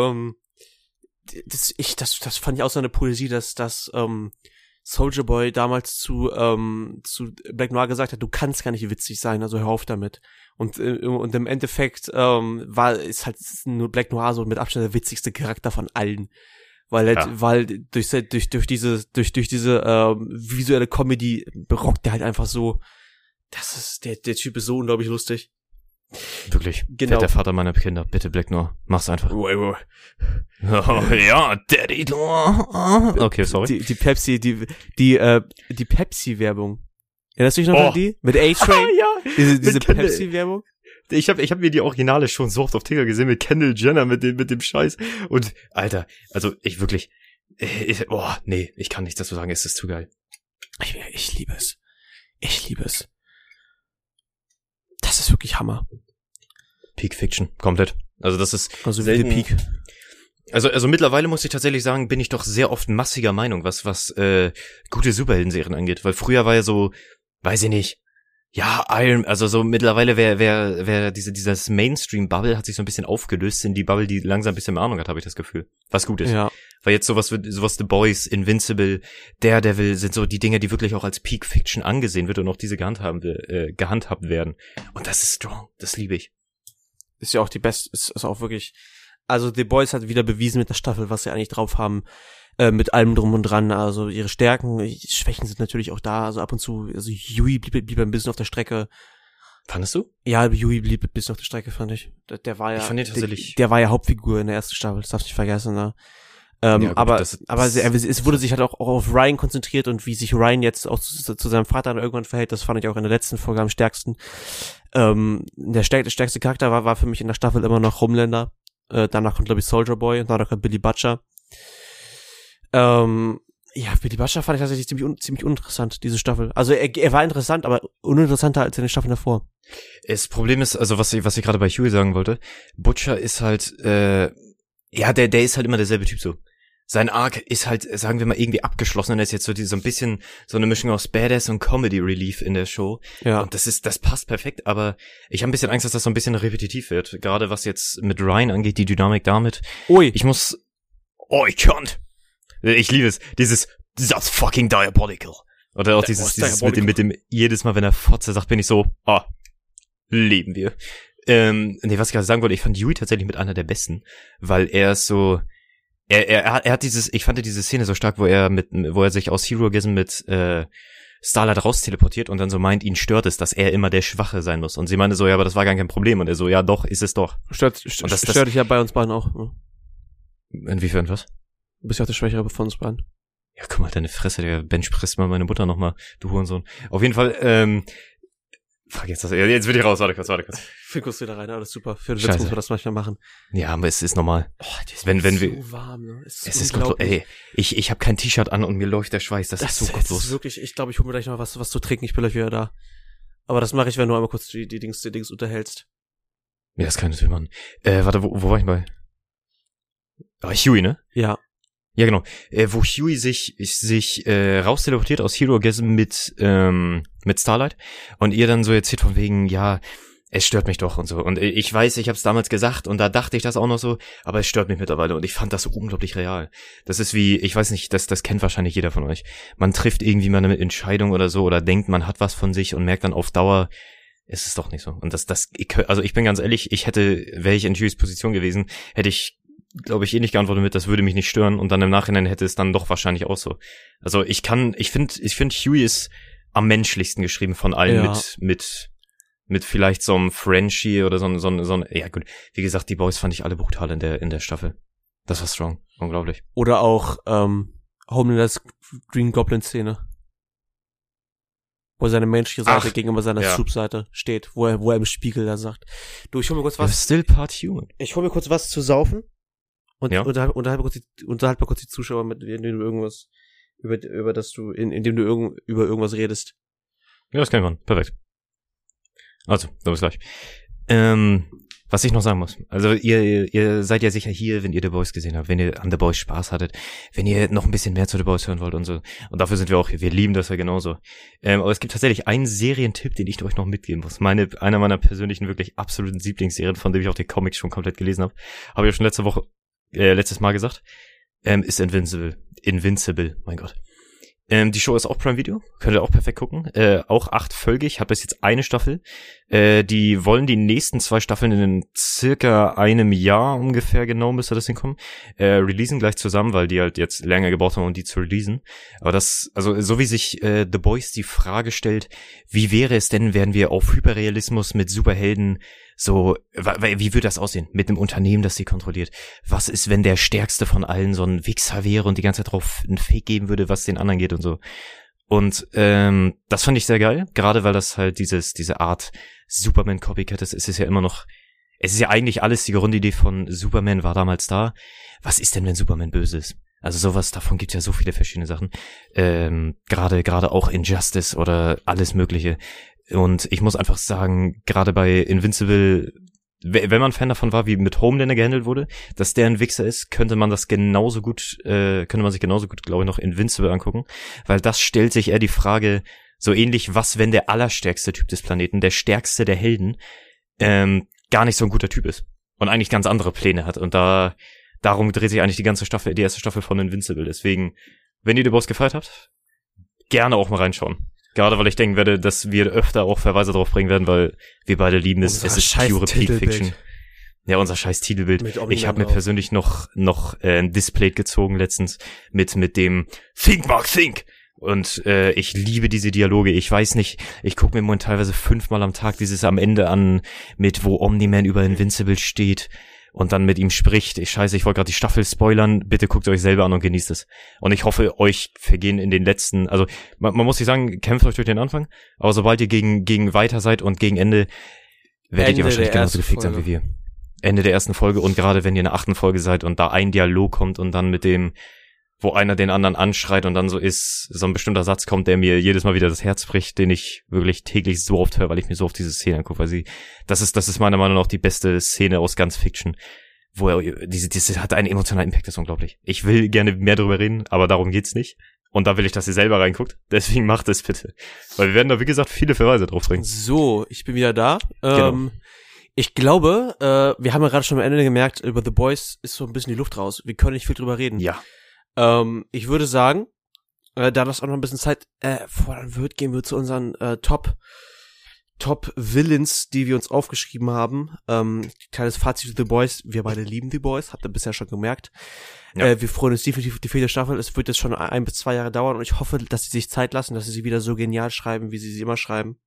Das fand ich auch so eine Poesie, dass Soulja Boy damals zu Black Noir gesagt hat, du kannst gar nicht witzig sein, also hör auf damit. Und im Endeffekt ist halt nur Black Noir so mit Abstand der witzigste Charakter von allen. Weil durch diese visuelle Comedy berockt der halt einfach so, der Typ ist so unglaublich lustig. Wirklich. Genau. Werd der Vater meiner Kinder. Bitte, Black Noir. Mach's einfach. Oh, ja, Daddy Noir. Okay, sorry. Die Pepsi-Werbung. Erinnerst du dich noch an die? Mit A-Train? Ja. Diese Pepsi-Werbung? Ich hab mir die Originale schon so oft auf Ticker gesehen mit Kendall Jenner, mit dem Scheiß. Und, Alter, also ich wirklich, nee, ich kann nicht dazu sagen, es ist zu geil. Ich liebe es. Ich liebe es. Das ist wirklich Hammer. Peak Fiction, komplett. Also das ist also selten. Peak. Also mittlerweile muss ich tatsächlich sagen, bin ich doch sehr oft massiger Meinung, was gute Superhelden-Serien angeht. Weil früher war ja so, weiß ich nicht, ja, also so mittlerweile wäre dieses Mainstream-Bubble hat sich so ein bisschen aufgelöst in die Bubble, die langsam ein bisschen mehr Ahnung hat, habe ich das Gefühl. Was gut ist. Ja. Weil jetzt sowas The Boys, Invincible, Daredevil sind so die Dinge, die wirklich auch als Peak Fiction angesehen wird und auch diese gehandhabt werden. Und das ist strong. Das liebe ich. Ist ja auch die beste, ist auch wirklich, also The Boys hat wieder bewiesen mit der Staffel, was sie eigentlich drauf haben, mit allem drum und dran, also ihre Stärken, Schwächen sind natürlich auch da, also ab und zu, also Huey blieb ein bisschen auf der Strecke. Fandest du? Ja, Huey blieb ein bisschen auf der Strecke, fand ich. Der war ja, ich fand ihn tatsächlich. Der war ja Hauptfigur in der ersten Staffel, das darfst du nicht vergessen, ne? Ja, gut, aber es wurde sich halt auch auf Ryan konzentriert und wie sich Ryan jetzt auch zu seinem Vater dann irgendwann verhält, das fand ich auch in der letzten Folge am stärksten. Der stärkste Charakter war für mich in der Staffel immer noch Homelander. Danach kommt, glaube ich, Soldier Boy und danach kommt Billy Butcher. Ja, Billy Butcher fand ich tatsächlich ziemlich uninteressant, diese Staffel. Also er war interessant, aber uninteressanter als in den Staffeln davor. Das Problem ist, also was ich gerade bei Huey sagen wollte, Butcher ist halt, der ist halt immer derselbe Typ so. Sein Arc ist halt, sagen wir mal, irgendwie abgeschlossen und er ist jetzt so ein bisschen so eine Mischung aus Badass und Comedy Relief in der Show. Ja. Und das passt perfekt, aber ich habe ein bisschen Angst, dass das so ein bisschen repetitiv wird. Gerade was jetzt mit Ryan angeht, die Dynamik damit. Ui. Ich can't. Ich liebe es. That's fucking diabolical. Oder auch dieses mit dem, jedes Mal, wenn er Fotze sagt, bin ich so, leben wir. Was ich gerade sagen wollte, ich fand Huey tatsächlich mit einer der besten, weil er ist so, er hat ich fand diese Szene so stark, wo er sich aus Heroism mit, Starlight raus teleportiert und dann so meint, ihn stört es, dass er immer der Schwache sein muss. Und sie meinte so, ja, aber das war gar kein Problem. Und er so, ja, doch, ist es doch. Stört dich ja bei uns beiden auch. Ne? Inwiefern was? Du bist ja auch der Schwächere von uns beiden. Ja, guck mal, deine Fresse, der Bench presst mal meine Mutter nochmal, du Hurensohn. Auf jeden Fall, jetzt will ich raus, warte kurz. Für kurz wieder rein, alles super. Für den Scheiße. Witz muss man das manchmal machen. Ja, aber es ist normal. Das wenn ist wir so warm, ne? Es ist unglaublich. Ich habe kein T-Shirt an und mir läuft der Schweiß, das ist so gottlos. Das ist wirklich, ich glaube, ich hole mir gleich noch was zu trinken, ich bin gleich wieder da. Aber das mache ich, wenn du einmal kurz die Dings unterhältst. Ja, das kann ich natürlich machen. Warte, wo war ich bei? Huey, ne? Ja. Ja, genau. Wo Huey sich raus teleportiert aus Heroism mit Starlight und ihr dann so erzählt von wegen, ja, es stört mich doch und so. Und ich weiß, ich habe es damals gesagt und da dachte ich das auch noch so, aber es stört mich mittlerweile und ich fand das so unglaublich real. Das ist wie, ich weiß nicht, das kennt wahrscheinlich jeder von euch. Man trifft irgendwie mal eine Entscheidung oder so oder denkt, man hat was von sich und merkt dann auf Dauer, es ist doch nicht so. Und also ich bin ganz ehrlich, wäre ich in Hueys Position gewesen, hätte ich, glaube ich, nicht geantwortet mit, das würde mich nicht stören und dann im Nachhinein hätte es dann doch wahrscheinlich auch so. Also ich finde Huey ist am menschlichsten geschrieben von allen ja. mit vielleicht so einem Frenchie oder so ja gut, wie gesagt, die Boys fand ich alle brutal in der Staffel. Das war strong, unglaublich. Oder auch Homelanders Green Goblin Szene. Wo seine menschliche Seite gegenüber seiner Subseite steht, wo er im Spiegel da sagt, du, ich hol mir kurz was. You're still part human. Ich hol mir kurz was zu saufen und ja? unterhalb mal kurz die Zuschauer mit, indem du irgendwas über das du indem du über irgendwas redest. Ja, das kann ich machen. Perfekt. Also, dann bis gleich. Was ich noch sagen muss, also ihr seid ja sicher hier, wenn ihr The Boys gesehen habt, wenn ihr an The Boys Spaß hattet, wenn ihr noch ein bisschen mehr zu The Boys hören wollt und so. Und dafür sind wir auch hier, wir lieben das ja genauso. Aber es gibt tatsächlich einen Serientipp, den ich euch noch mitgeben muss. Einer meiner persönlichen, wirklich absoluten Lieblingsserien, von dem ich auch die Comics schon komplett gelesen habe, habe ich ja schon letztes Mal gesagt, ist Invincible, mein Gott. Die Show ist auch Prime Video, könnt ihr auch perfekt gucken. Auch 8-folgig, hat bis jetzt eine Staffel. Die wollen die nächsten 2 Staffeln in circa einem Jahr ungefähr, genau müsste das hinkommen, releasen gleich zusammen, weil die halt jetzt länger gebraucht haben, um die zu releasen. Aber also so wie sich The Boys die Frage stellt, wie wäre es denn, wären wir auf Hyperrealismus mit Superhelden So, wie würde das aussehen? Mit einem Unternehmen, das sie kontrolliert. Was ist, wenn der Stärkste von allen so ein Wichser wäre und die ganze Zeit drauf einen Fake geben würde, was den anderen geht und so. Und das fand ich sehr geil, gerade weil das halt diese Art Superman-Copycat ist. Es ist ja immer noch, es ist ja eigentlich alles, die Grundidee von Superman war damals da. Was ist denn, wenn Superman böse ist? Also sowas, davon gibt's ja so viele verschiedene Sachen. Gerade auch Injustice oder alles Mögliche. Und ich muss einfach sagen, gerade bei Invincible, wenn man Fan davon war, wie mit Homelander gehandelt wurde, dass der ein Wichser ist, könnte man sich genauso gut, glaube ich, noch Invincible angucken, weil das stellt sich eher die Frage, so ähnlich, was, wenn der allerstärkste Typ des Planeten, der stärkste der Helden, gar nicht so ein guter Typ ist und eigentlich ganz andere Pläne hat. Und darum dreht sich eigentlich die erste Staffel von Invincible. Deswegen, wenn ihr The Boys gefeiert habt, gerne auch mal reinschauen. Gerade weil ich denken werde, dass wir öfter auch Verweise drauf bringen werden, weil wir beide lieben es. Es ist pure Peak Fiction. Ja, unser scheiß Titelbild. Ich habe mir persönlich noch ein Display gezogen letztens mit dem Think Mark Think. Und ich liebe diese Dialoge. Ich weiß nicht, ich gucke mir im Moment teilweise 5-mal am Tag dieses am Ende an, mit wo Omni-Man über Invincible steht und dann mit ihm spricht. Ich wollte gerade die Staffel spoilern. Bitte guckt euch selber an und genießt es. Und ich hoffe, euch vergehen in den letzten, also man muss nicht sagen, kämpft euch durch den Anfang, aber sobald ihr gegen weiter seid und gegen Ende, werdet ihr wahrscheinlich genauso gefickt sein wie wir. Ende der ersten Folge, und gerade wenn ihr in der 8. Folge seid und da ein Dialog kommt und dann mit dem, wo einer den anderen anschreit und dann so ein bestimmter Satz kommt, der mir jedes Mal wieder das Herz bricht, den ich wirklich täglich so oft höre, weil ich mir so oft diese Szene angucke, weil das ist meiner Meinung nach die beste Szene aus ganz Fiction, wo diese hat einen emotionalen Impact, das ist unglaublich. Ich will gerne mehr darüber reden, aber darum geht's nicht. Und da will ich, dass ihr selber reinguckt. Deswegen macht es bitte. Weil wir werden da, wie gesagt, viele Verweise drauf bringen. So, ich bin wieder da. Genau. Ich glaube, wir haben ja gerade schon am Ende gemerkt, über The Boys ist so ein bisschen die Luft raus. Wir können nicht viel drüber reden. Ja. Ich würde sagen, da das auch noch ein bisschen Zeit fordern wird, gehen wir zu unseren Top Villains, die wir uns aufgeschrieben haben. Kleines Fazit zu The Boys: Wir beide lieben The Boys, habt ihr bisher schon gemerkt. Ja. Wir freuen uns definitiv auf die 4. Staffel. Es wird jetzt schon 1 bis 2 Jahre dauern und ich hoffe, dass sie sich Zeit lassen, dass sie wieder so genial schreiben, wie sie immer schreiben.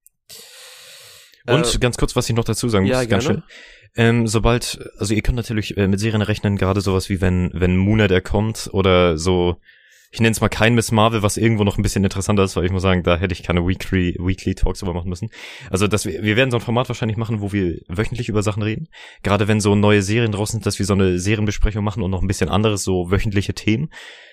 Und ganz kurz, was ich noch dazu sagen muss, ja, ganz schnell. Also ihr könnt natürlich mit Serien rechnen, gerade sowas wie wenn Moon Knight kommt oder so, ich nenne es mal kein Miss Marvel, was irgendwo noch ein bisschen interessanter ist, weil ich muss sagen, da hätte ich keine Weekly Talks über machen müssen. Also wir werden so ein Format wahrscheinlich machen, wo wir wöchentlich über Sachen reden. Gerade wenn so neue Serien draußen sind, dass wir so eine Serienbesprechung machen und noch ein bisschen anderes, so wöchentliche Themen.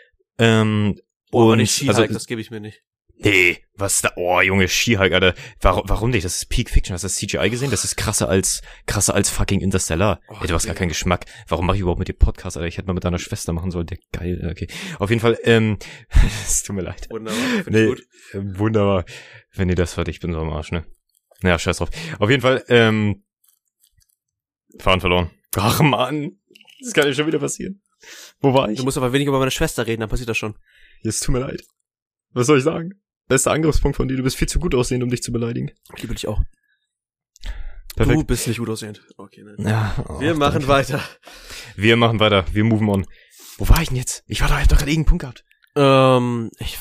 Und nicht She-Hulk, das gebe ich mir nicht. Nee, was da? Oh, Junge, She-Hulk, Alter. Warum nicht? Das ist Peak Fiction. Hast du das CGI gesehen? Das ist krasser als fucking Interstellar. Oh, Ey, du hast gar keinen Geschmack. Warum mache ich überhaupt mit dir Podcast, Alter? Ich hätte mal mit deiner Schwester machen sollen. Der geil. Okay. Auf jeden Fall, es tut mir leid. Wunderbar. Nee, gut. Wunderbar. Wenn ihr das hört, ich bin so am Arsch, ne? Naja, scheiß drauf. Auf jeden Fall, Fahren verloren. Ach, Mann. Das kann ja schon wieder passieren. Wo war ich? Du musst aber weniger über meine Schwester reden, dann passiert das schon. Es tut mir leid. Was soll ich sagen? Bester Angriffspunkt von dir, du bist viel zu gut aussehend, um dich zu beleidigen. Die will ich auch. Perfekt. Du bist nicht gut aussehend. Okay, ne. Ja, wir machen weiter. Wir moven on. Wo war ich denn jetzt? Ich habe doch gerade irgendeinen Punkt gehabt. Ich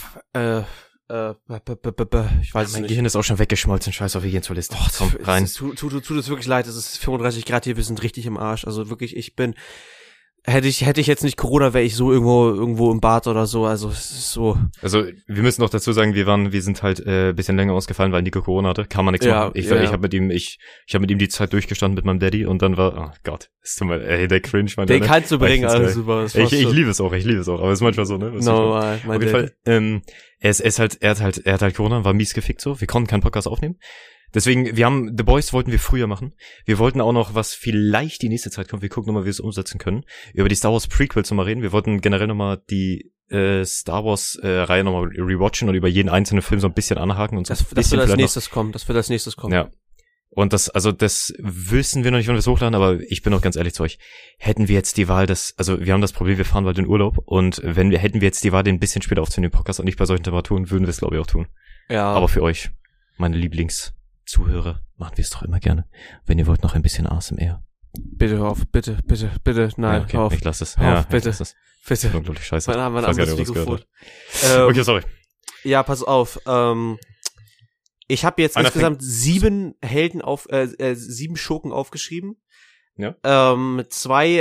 weiß es Mein nicht. Gehirn ist auch schon weggeschmolzen, scheiß auf, wir gehen zur Liste. Oh, komm, rein. Tut es wirklich leid, es ist 35 Grad hier, wir sind richtig im Arsch. Also wirklich, hätte ich jetzt nicht Corona, wäre ich so irgendwo im Bad oder so, also es ist so. Also, wir müssen noch dazu sagen, wir sind halt bisschen länger ausgefallen, weil Nico Corona hatte. Kann man nichts machen. Ich habe mit ihm die Zeit durchgestanden mit meinem der Gott, ist tut mal, der Cringe, mein den kannst du bringen, also super. Ich liebe es auch, aber es ist manchmal so, ne? Normal, auf jeden Fall, er hat halt Corona, war mies gefickt so, wir konnten keinen Podcast aufnehmen. Deswegen, The Boys wollten wir früher machen. Wir wollten auch noch, was vielleicht die nächste Zeit kommt, wir gucken nochmal, wie wir es umsetzen können, über die Star Wars Prequels nochmal reden. Wir wollten generell nochmal die Star Wars Reihe nochmal rewatchen und über jeden einzelnen Film so ein bisschen anhaken und so. Das wird als nächstes kommen. Ja. Und das wissen wir noch nicht, wann wir es hochladen, aber ich bin auch ganz ehrlich zu euch. Hätten wir jetzt die Wahl, wir haben das Problem, wir fahren bald in Urlaub und hätten wir jetzt die Wahl, den ein bisschen später aufzunehmen, den Podcast und nicht bei solchen Temperaturen, würden wir es glaube ich auch tun. Ja. Aber für euch, meine Zuhörer, machen wir es doch immer gerne. Wenn ihr wollt, noch ein bisschen ASMR. Bitte hör auf, bitte, nein, ja, okay, hör auf. Ich lass es. Hör auf, bitte. Bitte. Das ist unglaublich scheiße. Mein anderes Mikrofon. Okay, sorry. Ja, pass auf. Ich habe jetzt Einer insgesamt 7 7 Schurken aufgeschrieben. Ja. 2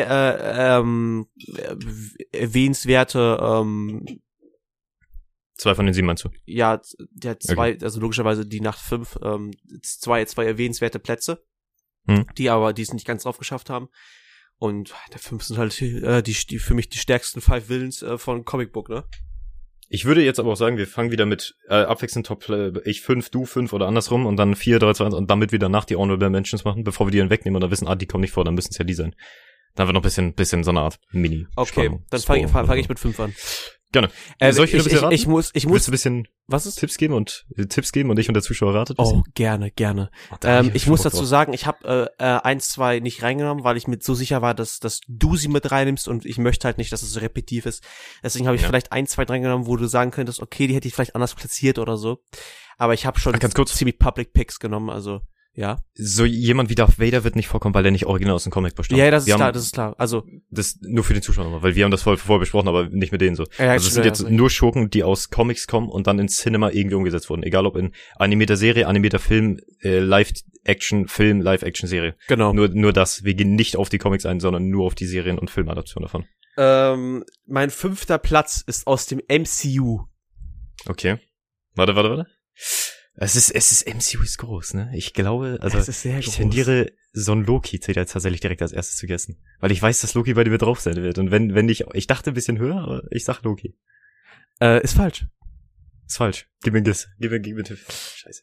erwähnenswerte 2 von den 7 meinst du? ja, der 2, also logischerweise die Nacht 5, 2 erwähnenswerte Plätze, die es nicht ganz drauf geschafft haben. Und der 5 sind halt die für mich die stärksten 5 Villains von Comic Book, ne? Ich würde jetzt aber auch sagen, wir fangen wieder mit abwechselnd Top, ich 5, du 5 oder andersrum und dann 4, 3, 2, 1 und damit wieder nach die Honorable Mentions machen, bevor wir die dann wegnehmen und dann wissen, die kommen nicht vor, dann müssen es ja die sein. Dann haben wir noch ein bisschen so eine Art Mini. Okay, dann fange ich mit 5 an. Gerne. Soll ich muss Willst du ein bisschen was ist? Tipps geben und ich und der Zuschauer ratet? Oh, gerne. Ich muss dazu sagen, ich habe 1, 2 nicht reingenommen, weil ich mir so sicher war, dass du sie mit reinnimmst und ich möchte halt nicht, dass es so repetitiv ist. Deswegen habe ich vielleicht 1, 2 reingenommen, wo du sagen könntest, okay, die hätte ich vielleicht anders platziert oder so. Aber ich habe schon ziemlich Public Picks genommen, also ja. So jemand wie Darth Vader wird nicht vorkommen, weil der nicht original aus dem Comic bestand. Ja, das ist klar. Also das nur für den Zuschauer nochmal, weil wir haben das vorher besprochen, aber nicht mit denen so. Ja, also es sind jetzt nur Schurken, die aus Comics kommen und dann ins Cinema irgendwie umgesetzt wurden. Egal ob in animierter Serie, animierter Film, Live-Action-Film, Live-Action-Serie. Genau. Nur das. Wir gehen nicht auf die Comics ein, sondern nur auf die Serien- und Filmadaptionen davon. Mein 5. Platz ist aus dem MCU. Okay. Warte. Es ist MCU ist groß, ne? Ich glaube, also es ist sehr groß. Ich tendiere so ein Loki tatsächlich direkt als erstes zu gessen. Weil ich weiß, dass Loki bei dir mit drauf sein wird. Und wenn ich dachte ein bisschen höher, aber ich sag Loki. Ist falsch. Ist falsch. Gib mir einen Guess. Gib mir einen Tipp. Scheiße.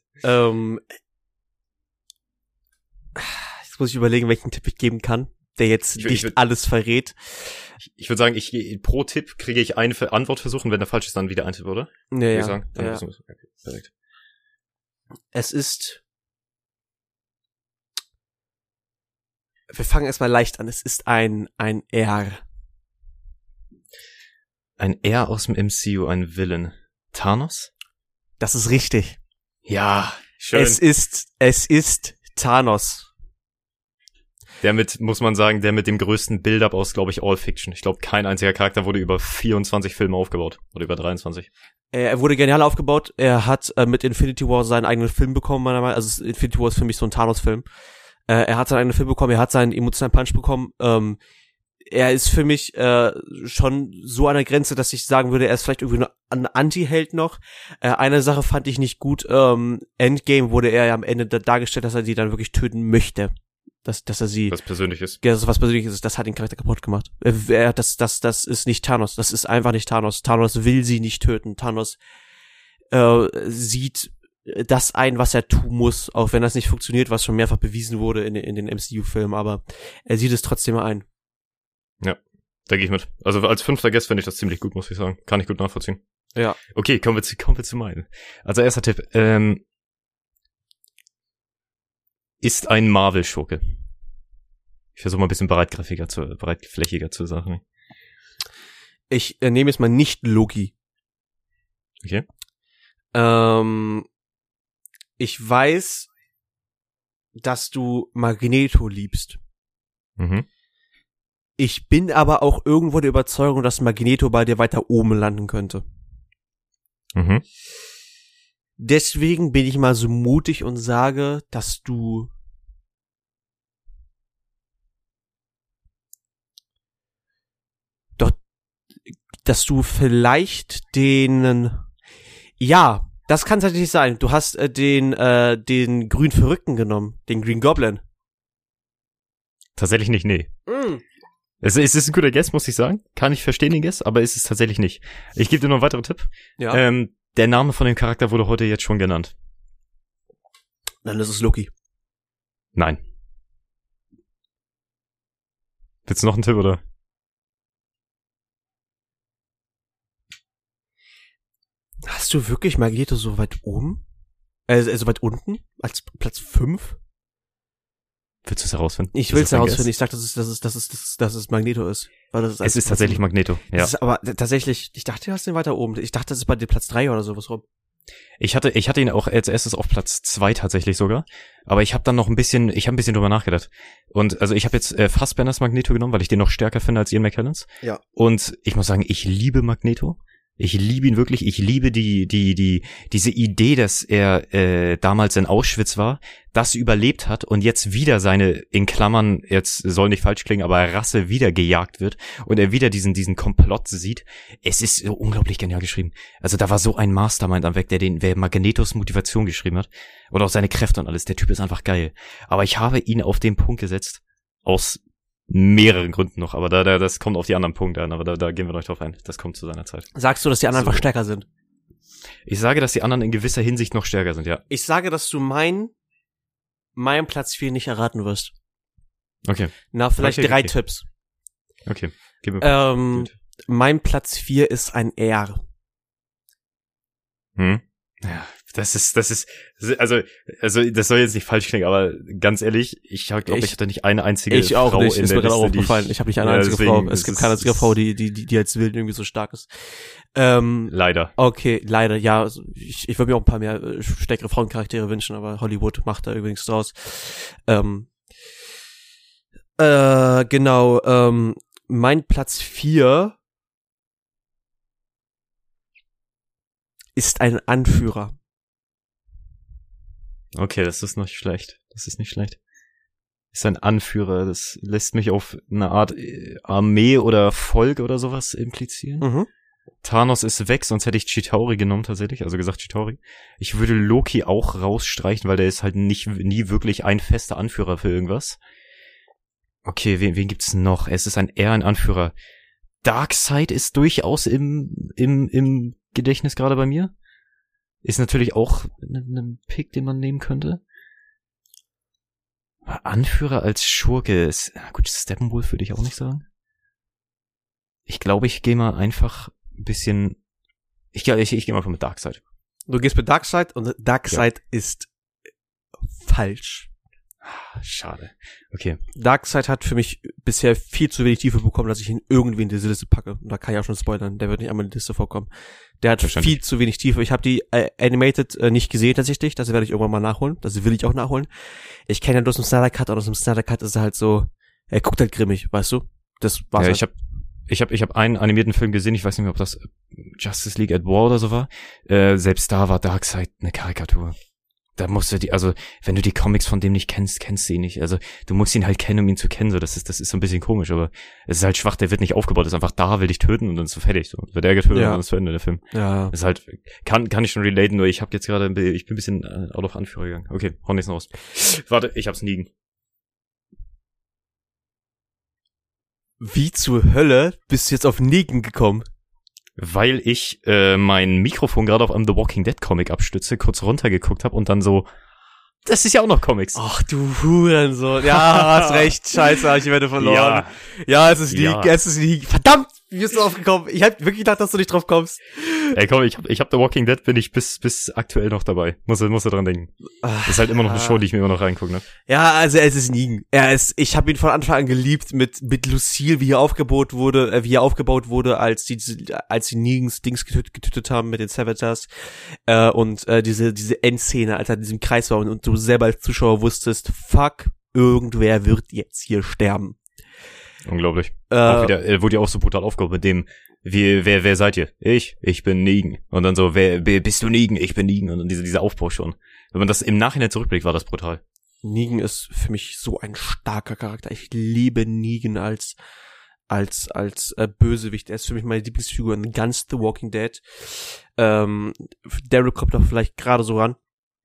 Jetzt muss ich überlegen, welchen Tipp ich geben kann, der jetzt nicht alles verrät. Ich würde sagen, pro Tipp kriege ich eine Antwortversuch und wenn der falsch ist, dann wieder ein Tipp, oder? Ja, ich sagen? Dann okay, perfekt. Es ist. Wir fangen erstmal leicht an. Es ist ein R. Ein R aus dem MCU, ein Villain. Thanos? Das ist richtig. Ja, schön. Es ist Thanos. Der muss man sagen, der mit dem größten Build-up aus, glaube ich, All Fiction. Ich glaube, kein einziger Charakter wurde über 24 Filme aufgebaut. Oder über 23. Er wurde genial aufgebaut. Er hat mit Infinity War seinen eigenen Film bekommen, meiner Meinung nach. Also Infinity War ist für mich so ein Thanos-Film. Er hat seinen eigenen Film bekommen, er hat seinen emotionalen Punch bekommen. Er ist für mich schon so an der Grenze, dass ich sagen würde, er ist vielleicht irgendwie ein Anti-Held noch. Eine Sache fand ich nicht gut. Endgame wurde er ja am Ende dargestellt, dass er die dann wirklich töten möchte. Dass er sie. Was Persönliches. Ja, was Persönliches ist, das hat den Charakter kaputt gemacht. Das ist nicht Thanos. Das ist einfach nicht Thanos. Thanos will sie nicht töten. Thanos sieht das ein, was er tun muss, auch wenn das nicht funktioniert, was schon mehrfach bewiesen wurde in den MCU-Filmen, aber er sieht es trotzdem ein. Ja, da gehe ich mit. Also als 5. Guest finde ich das ziemlich gut, muss ich sagen. Kann ich gut nachvollziehen. Ja. Okay, kommen wir zu meinen. Also erster Tipp, ist ein Marvel-Schurke. Ich versuche mal ein bisschen breitflächiger zu sagen. Ich nehme jetzt mal nicht Loki. Okay. Ich weiß, dass du Magneto liebst. Mhm. Ich bin aber auch irgendwo der Überzeugung, dass Magneto bei dir weiter oben landen könnte. Mhm. Deswegen bin ich mal so mutig und sage, dass du vielleicht das kann tatsächlich sein. Du hast den grünen Verrückten genommen, den Green Goblin. Tatsächlich nicht, nee. Es ist ein guter Guess, muss ich sagen. Kann ich verstehen, den Guess, aber ist es tatsächlich nicht. Ich gebe dir noch einen weiteren Tipp. Ja. Der Name von dem Charakter wurde heute jetzt schon genannt. Dann ist es Loki. Nein. Willst du noch einen Tipp, oder? Hast du wirklich Magneto so weit oben? Also weit unten? Als Platz 5? Willst du es herausfinden? Ich will es herausfinden. Ich sag, dass es Magneto ist. Weil das ist es ist tatsächlich Magneto, ja. Das ist aber tatsächlich, ich dachte, du hast den weiter oben. Ich dachte, das ist bei dir Platz 3 oder sowas rum. Ich hatte ihn auch als erstes auf Platz 2 tatsächlich sogar. Aber ich habe dann noch ein bisschen drüber nachgedacht. Und also ich habe jetzt Fassbenders Magneto genommen, weil ich den noch stärker finde als Ian McKellens. Ja. Und ich muss sagen, ich liebe Magneto. Ich liebe ihn wirklich. Ich liebe diese Idee, dass er damals in Auschwitz war, das überlebt hat und jetzt wieder seine, in Klammern, jetzt soll nicht falsch klingen, aber Rasse wieder gejagt wird und er wieder diesen Komplott sieht. Es ist so unglaublich genial geschrieben. Also da war so ein Mastermind am Weg, wer Magnetos Motivation geschrieben hat und auch seine Kräfte und alles. Der Typ ist einfach geil. Aber ich habe ihn auf den Punkt gesetzt, aus mehreren Gründen noch, aber das kommt auf die anderen Punkte an, aber da gehen wir noch drauf ein. Das kommt zu seiner Zeit. Sagst du, dass die anderen einfach stärker sind? Ich sage, dass die anderen in gewisser Hinsicht noch stärker sind, ja. Ich sage, dass du meinen Platz 4 nicht erraten wirst. Okay. Na, vielleicht okay, 3 Tipps. Okay. Gib mir mein Platz 4 ist ein R. Ja, das ist, also, das soll jetzt nicht falsch klingen, aber ganz ehrlich, ich glaube, ich hatte nicht eine einzige Frau auch nicht. In der Liste. Ist mir gerade auch aufgefallen. Ich habe nicht eine einzige deswegen, Frau. Es gibt keine einzige Frau, die als Wild irgendwie so stark ist. Leider. Okay, leider, ja. Also ich würde mir auch ein paar mehr stärkere Frauencharaktere wünschen, aber Hollywood macht da übrigens draus. Genau, mein Platz 4 ist ein Anführer. Okay, das ist nicht schlecht. Ist ein Anführer, das lässt mich auf eine Art Armee oder Volk oder sowas implizieren. Mhm. Thanos ist weg, sonst hätte ich Chitauri genommen tatsächlich, also gesagt Chitauri. Ich würde Loki auch rausstreichen, weil der ist halt nie wirklich ein fester Anführer für irgendwas. Okay, wen gibt's noch? Es ist eher ein Anführer. Darkseid ist durchaus im Gedächtnis gerade bei mir. Ist natürlich auch ein Pick, den man nehmen könnte. Anführer als Schurke ist, gut, Steppenwolf würde ich auch nicht sagen. Ich glaube, ich gehe mal einfach ein bisschen, ich gehe mal einfach mit Darkseid. Du gehst mit Darkseid und Darkseid ist falsch. Schade. Okay. Darkseid hat für mich bisher viel zu wenig Tiefe bekommen, dass ich ihn irgendwie in diese Liste packe. Und da kann ich auch schon spoilern, der wird nicht einmal in die Liste vorkommen. Der hat viel zu wenig Tiefe. Ich habe die Animated nicht gesehen tatsächlich, das werde ich irgendwann mal nachholen. Das will ich auch nachholen. Ich kenne ja bloß einen Snyder Cut und aus dem Snyder Cut ist er halt so, er guckt halt grimmig, weißt du? Das war's. Ja, halt. Ich hab einen animierten Film gesehen, ich weiß nicht mehr, ob das Justice League at War oder so war. Selbst da war Darkseid eine Karikatur. Da musst du also wenn du die Comics von dem nicht kennst, kennst du ihn nicht. Also du musst ihn halt kennen, um ihn zu kennen. So, das ist so ein bisschen komisch, aber es ist halt schwach, der wird nicht aufgebaut, ist einfach da, will dich töten und dann ist so fertig. So, wird er getötet und dann ist zu Ende der Film. Ja. Das ist halt, kann ich schon relaten, nur ich bin ein bisschen out of Anführer gegangen. Okay, hau nächsten raus. Warte, ich hab's Negan. Wie zur Hölle bist du jetzt auf Negan gekommen? Weil ich mein Mikrofon gerade auf einem The Walking Dead Comic abstütze, kurz runtergeguckt habe und dann so, das ist ja auch noch Comics. Ach du Hurensohn. Ja, hast recht. Scheiße, ich werde verloren. Ja, es ist Negan. Verdammt, wie bist du aufgekommen? Ich hab wirklich gedacht, dass du nicht drauf kommst. Ey, komm, ich hab The Walking Dead, bin ich bis aktuell noch dabei. Muss dran denken. Das ist halt immer noch eine Show, die ich mir immer noch reingucke, ne? Ja, also es ist Negan. Ich habe ihn von Anfang an geliebt mit Lucille, wie er aufgebaut wurde, als die Negans Dings getötet haben mit den Savatars. Und diese Endszene, als er in diesem Kreis war und du selber als Zuschauer wusstest, fuck, irgendwer wird jetzt hier sterben. Unglaublich. Auch wieder, wurde ja auch so brutal aufgehoben mit dem, wer seid ihr? Ich bin Negan. Und dann so, bist du Negan? Ich bin Negan. Und dann dieser Aufbau schon. Wenn man das im Nachhinein zurückblickt, war das brutal. Negan ist für mich so ein starker Charakter. Ich liebe Negan als Bösewicht. Er ist für mich meine Lieblingsfigur in ganz The Walking Dead. Daryl kommt doch vielleicht gerade so ran.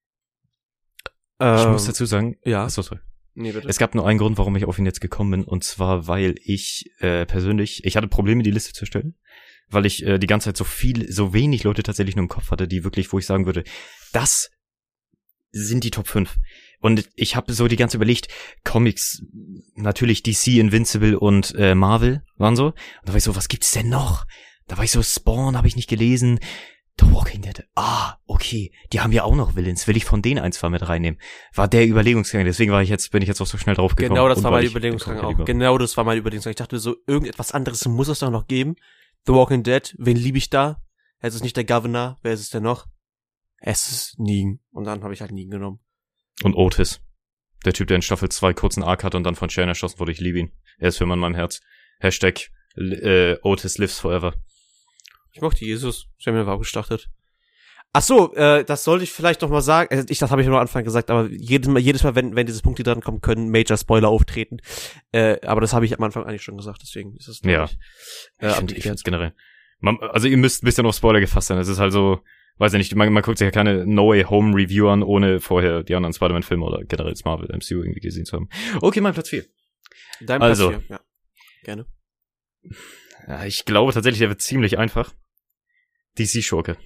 Ich muss dazu sagen, ja. Achso, sorry. Nee, bitte. Es gab nur einen Grund, warum ich auf ihn jetzt gekommen bin, und zwar, weil ich persönlich, ich hatte Probleme, die Liste zu erstellen, weil ich die ganze Zeit so wenig Leute tatsächlich nur im Kopf hatte, die wirklich, wo ich sagen würde, das sind die Top 5. Und ich habe so die ganze überlegt, Comics, natürlich DC, Invincible und Marvel waren so. Und da war ich so, was gibt's denn noch? Da war ich so, Spawn habe ich nicht gelesen. The Walking Dead. Okay. Die haben ja auch noch Villains. Will ich von denen ein, zwei mit reinnehmen? War der Überlegungsgang. Deswegen bin ich jetzt auch so schnell drauf gekommen. Genau, das war mein Überlegungsgang auch. Genau, das war mein Überlegungsgang. Ich dachte so, irgendetwas anderes muss es doch noch geben. The Walking Dead. Wen liebe ich da? Es ist nicht der Governor. Wer ist es denn noch? Es ist Negan. Und dann habe ich halt Negan genommen. Und Otis. Der Typ, der in Staffel 2 kurzen Arc hatte und dann von Sharon erschossen wurde. Ich liebe ihn. Er ist für immer in meinem Herz. Hashtag Otis lives forever. Ich mochte Jesus. Samuel war auch gestartet. Ach so, das sollte ich vielleicht noch mal sagen. Das habe ich nur am Anfang gesagt, aber jedes Mal, wenn diese Punkte dran kommen, können Major Spoiler auftreten. Aber das habe ich am Anfang eigentlich schon gesagt, deswegen ist es ich finde generell. Also ihr müsst ein bisschen auf Spoiler gefasst sein. Es ist halt so, weiß ich nicht, man guckt sich ja keine No Way Home Review an, ohne vorher die anderen Spider-Man-Filme oder generell das Marvel MCU irgendwie gesehen zu haben. Okay, mein Platz 4. Dein Platz 4, ja. Gerne. Ja, ich glaube tatsächlich, der wird ziemlich einfach. DC-Schurke.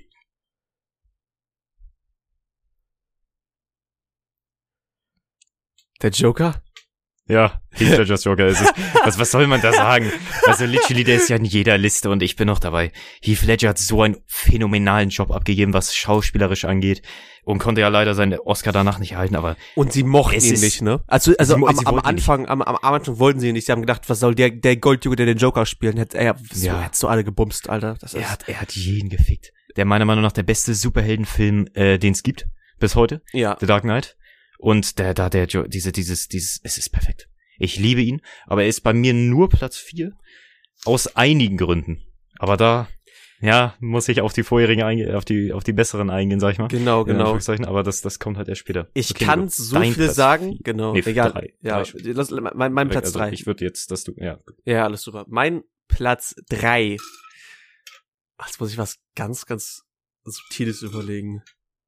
Der Joker? Ja, Heath Ledgers Joker ist es. Was soll man da sagen? Also literally, der ist ja in jeder Liste und ich bin noch dabei. Heath Ledger hat so einen phänomenalen Job abgegeben, was schauspielerisch angeht und konnte ja leider seinen Oscar danach nicht erhalten, aber... Und sie mochten ihn nicht, ne? Also am Anfang wollten sie ihn nicht. Sie haben gedacht, was soll der Goldjunge, der den Joker spielen? Er hat so alle gebumst, Alter. Er hat jeden gefickt. Der meiner Meinung nach der beste Superheldenfilm, den es gibt, bis heute. Ja. The Dark Knight. Und es ist perfekt. Ich liebe ihn, aber er ist bei mir nur Platz 4 aus einigen Gründen. Aber da, ja, muss ich auf die vorherigen auf die besseren eingehen, sag ich mal. Genau. Aber das kommt halt erst später. Ich kann so viel sagen, genau. Nee, egal. 3. Ja, mein Platz 3. Ich würde jetzt, dass du, ja. Ja, alles super. Mein Platz 3. Jetzt muss ich was ganz, ganz Subtiles überlegen.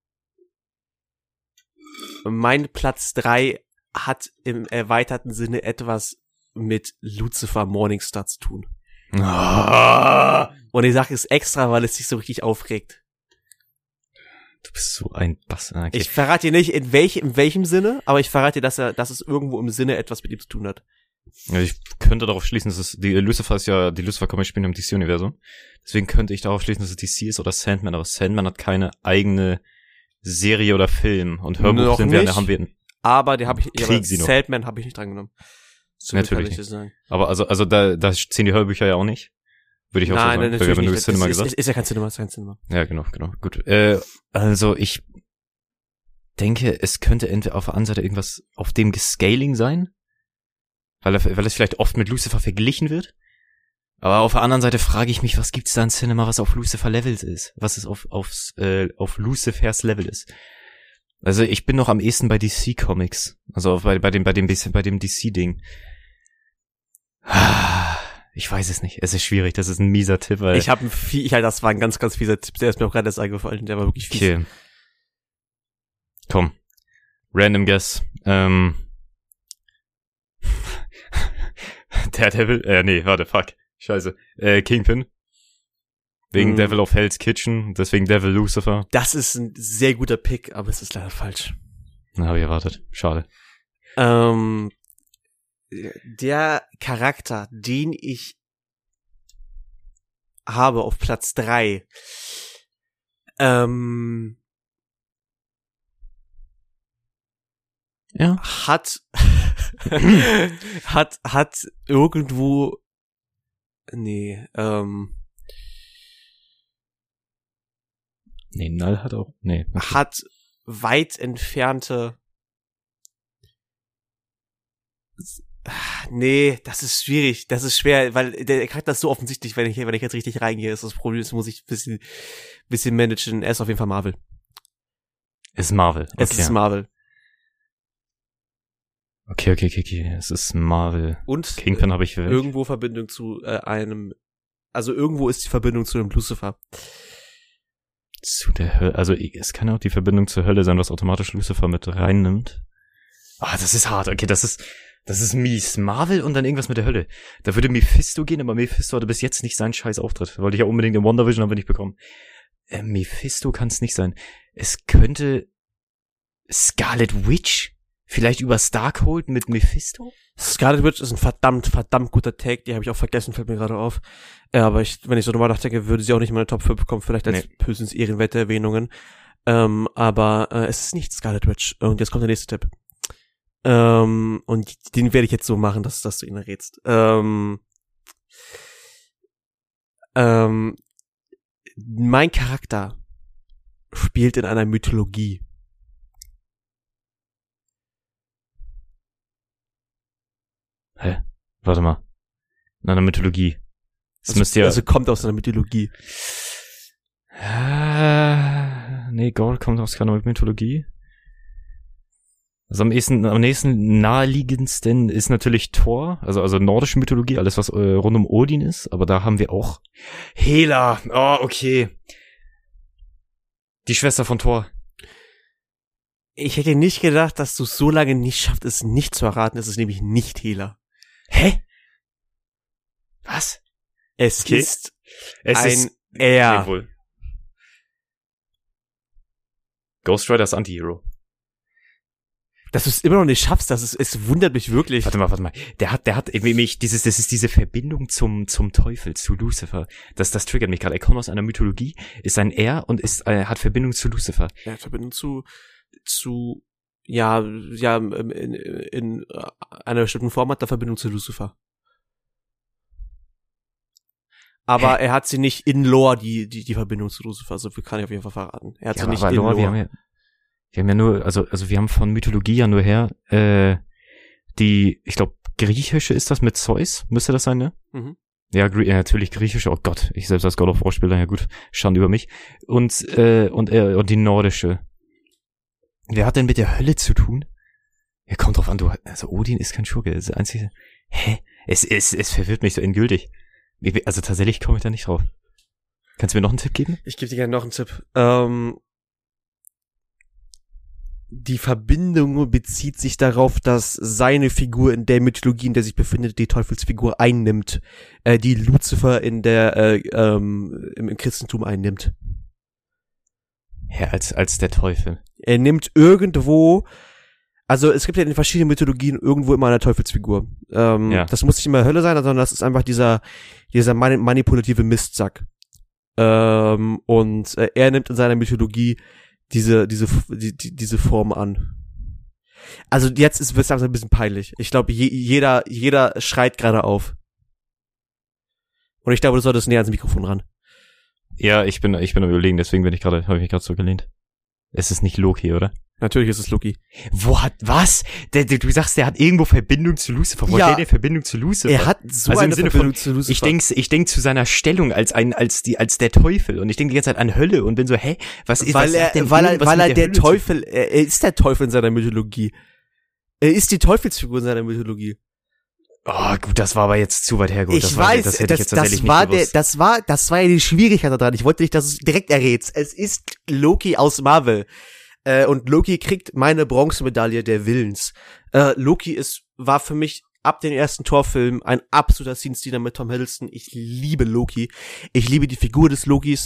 Mein Platz 3 hat im erweiterten Sinne etwas mit Lucifer Morningstar zu tun. Und ich sage es extra, weil es sich so richtig aufregt. Du bist so ein Bastard. Okay. Ich verrate dir nicht, in welchem Sinne, aber ich verrate dir, dass es irgendwo im Sinne etwas mit ihm zu tun hat. Ja, ich könnte darauf schließen, dass es, die Lucifer Comics spielen im DC-Universum. Deswegen könnte ich darauf schließen, dass es DC ist oder Sandman, aber Sandman hat keine eigene Serie oder Film und Hörbuch haben wir. Aber Sandman habe ich nicht drangenommen. Natürlich nicht. Aber also da ziehen die Hörbücher ja auch nicht. Würde ich auch sagen. Nein, natürlich nicht. Cinema gesagt. Ist ja kein Cinema. Ja, genau. Gut. Also ich denke, es könnte entweder auf der einen Seite irgendwas auf dem Scaling sein, weil es vielleicht oft mit Lucifer verglichen wird. Aber auf der anderen Seite frage ich mich, was gibt's da in Cinema, was auf Lucifer Levels ist? Was es auf Lucifers Level ist? Also ich bin noch am ehesten bei DC Comics. Also bei dem DC-Ding. Ich weiß es nicht. Es ist schwierig. Das ist ein mieser Tipp, weil... das war ein ganz, ganz fieser Tipp. Der ist mir auch gerade erst eingefallen. Der war wirklich fies. Okay. Komm. Random Guess. Daredevil? Fuck. Scheiße. Kingpin. Wegen Devil of Hell's Kitchen, deswegen Devil Lucifer. Das ist ein sehr guter Pick, aber es ist leider falsch. Na, habe ich erwartet. Schade. Der Charakter, den ich habe auf Platz 3, hat irgendwo Null hat auch. Okay. Hat weit entfernte. Das ist schwierig. Das ist schwer, weil der Charakter ist so offensichtlich, wenn ich jetzt richtig reingehe, ist das Problem, das muss ich ein bisschen managen. Er ist auf jeden Fall Marvel. Ist Marvel. Okay. Es ist Marvel. Okay. Es ist Marvel. Und Kingpin habe ich irgendwo Verbindung zu irgendwo ist die Verbindung zu dem Lucifer. Zu der Hölle, also es kann auch die Verbindung zur Hölle sein, was automatisch Lucifer mit reinnimmt. Das ist hart, okay, das ist mies. Marvel und dann irgendwas mit der Hölle. Da würde Mephisto gehen, aber Mephisto hatte bis jetzt nicht seinen scheiß Auftritt. Wollte ich ja unbedingt in WandaVision, aber nicht bekommen. Mephisto kann es nicht sein. Es könnte Scarlet Witch vielleicht über Darkhold mit Mephisto? Scarlet Witch ist ein verdammt guter Tag, die habe ich auch vergessen, fällt mir gerade auf. Aber wenn ich so drüber nachdenke, würde sie auch nicht in meine Top 5 kommen, vielleicht als höchstens ehrenwerte Erwähnungen. Aber es ist nicht Scarlet Witch. Und jetzt kommt der nächste Tipp. Und den werde ich jetzt so machen, dass du ihn errätst. Mein Charakter spielt in einer Mythologie. Hä? Warte mal. In einer Mythologie. Das müsste ja... Also kommt aus einer Mythologie. Nee, Gore kommt aus keiner Mythologie. Also am nächsten naheliegendsten ist natürlich Thor, also nordische Mythologie, alles was rund um Odin ist, aber da haben wir auch Hela. Oh, okay. Die Schwester von Thor. Ich hätte nicht gedacht, dass du es so lange nicht schaffst, es nicht zu erraten. Es ist nämlich nicht Hela. Hä? Was? Es ist ein Er. Wohl. Ghost Rider Anti-Hero. Dass du es immer noch nicht schaffst, es wundert mich wirklich. Warte mal. Der hat mich, das ist diese Verbindung zum Teufel, zu Lucifer. Das triggert mich gerade. Er kommt aus einer Mythologie, ist ein Er und hat Verbindung zu Lucifer. Er hat Verbindung zu in einer bestimmten Form hat er Verbindung zu Lucifer. Aber er hat sie nicht in Lore, die Verbindung zu Lucifer, so viel kann ich auf jeden Fall verraten. Er hat sie nicht in Lore. Wir haben ja nur, also wir haben von Mythologie ja nur her, ich glaube, griechische ist das mit Zeus, müsste das sein, ne? Mhm. Ja, natürlich griechische, oh Gott, ich selbst als God of War Spieler, ja gut, Schande über mich. Und die nordische. Wer hat denn mit der Hölle zu tun? Ja, kommt drauf an, also Odin ist kein Schurke, das ist das einzige. Hä? Es verwirrt mich so endgültig. Also tatsächlich komme ich da nicht drauf. Kannst du mir noch einen Tipp geben? Ich gebe dir gerne noch einen Tipp. Die Verbindung bezieht sich darauf, dass seine Figur in der Mythologie, in der sich befindet, die Teufelsfigur einnimmt, die Lucifer in der im Christentum einnimmt. Ja, als der Teufel. Er nimmt irgendwo, also es gibt ja in verschiedenen Mythologien irgendwo immer eine Teufelsfigur. Das muss nicht immer Hölle sein, sondern das ist einfach dieser manipulative Mistsack. Und er nimmt in seiner Mythologie diese Form an. Also jetzt wird es ein bisschen peinlich. Ich glaube, jeder schreit gerade auf. Und ich glaube, du solltest näher ans Mikrofon ran. Ja, ich bin am Überlegen, deswegen habe ich mich gerade so gelehnt. Es ist nicht Loki, oder? Natürlich ist es Loki. Was? Du sagst, der hat irgendwo Verbindung zu Lucifer. Wo hat der Verbindung zu Lucifer? Er hat so eine Verbindung zu Lucifer. Ich denk zu seiner Stellung als der Teufel. Und ich denke die ganze Zeit an Hölle und bin so, hä? Was ist das? Weil er der Teufel, er ist der Teufel in seiner Mythologie. Er ist die Teufelsfigur in seiner Mythologie. Oh, gut, das war aber jetzt zu weit hergeholt. Das war ja die Schwierigkeit daran. Ich wollte nicht, dass du es direkt errätst. Es ist Loki aus Marvel. Und Loki kriegt meine Bronzemedaille der Willens. Loki war für mich ab dem ersten Torfilm ein absoluter Scene-Stealer mit Tom Hiddleston. Ich liebe Loki. Ich liebe die Figur des Lokis.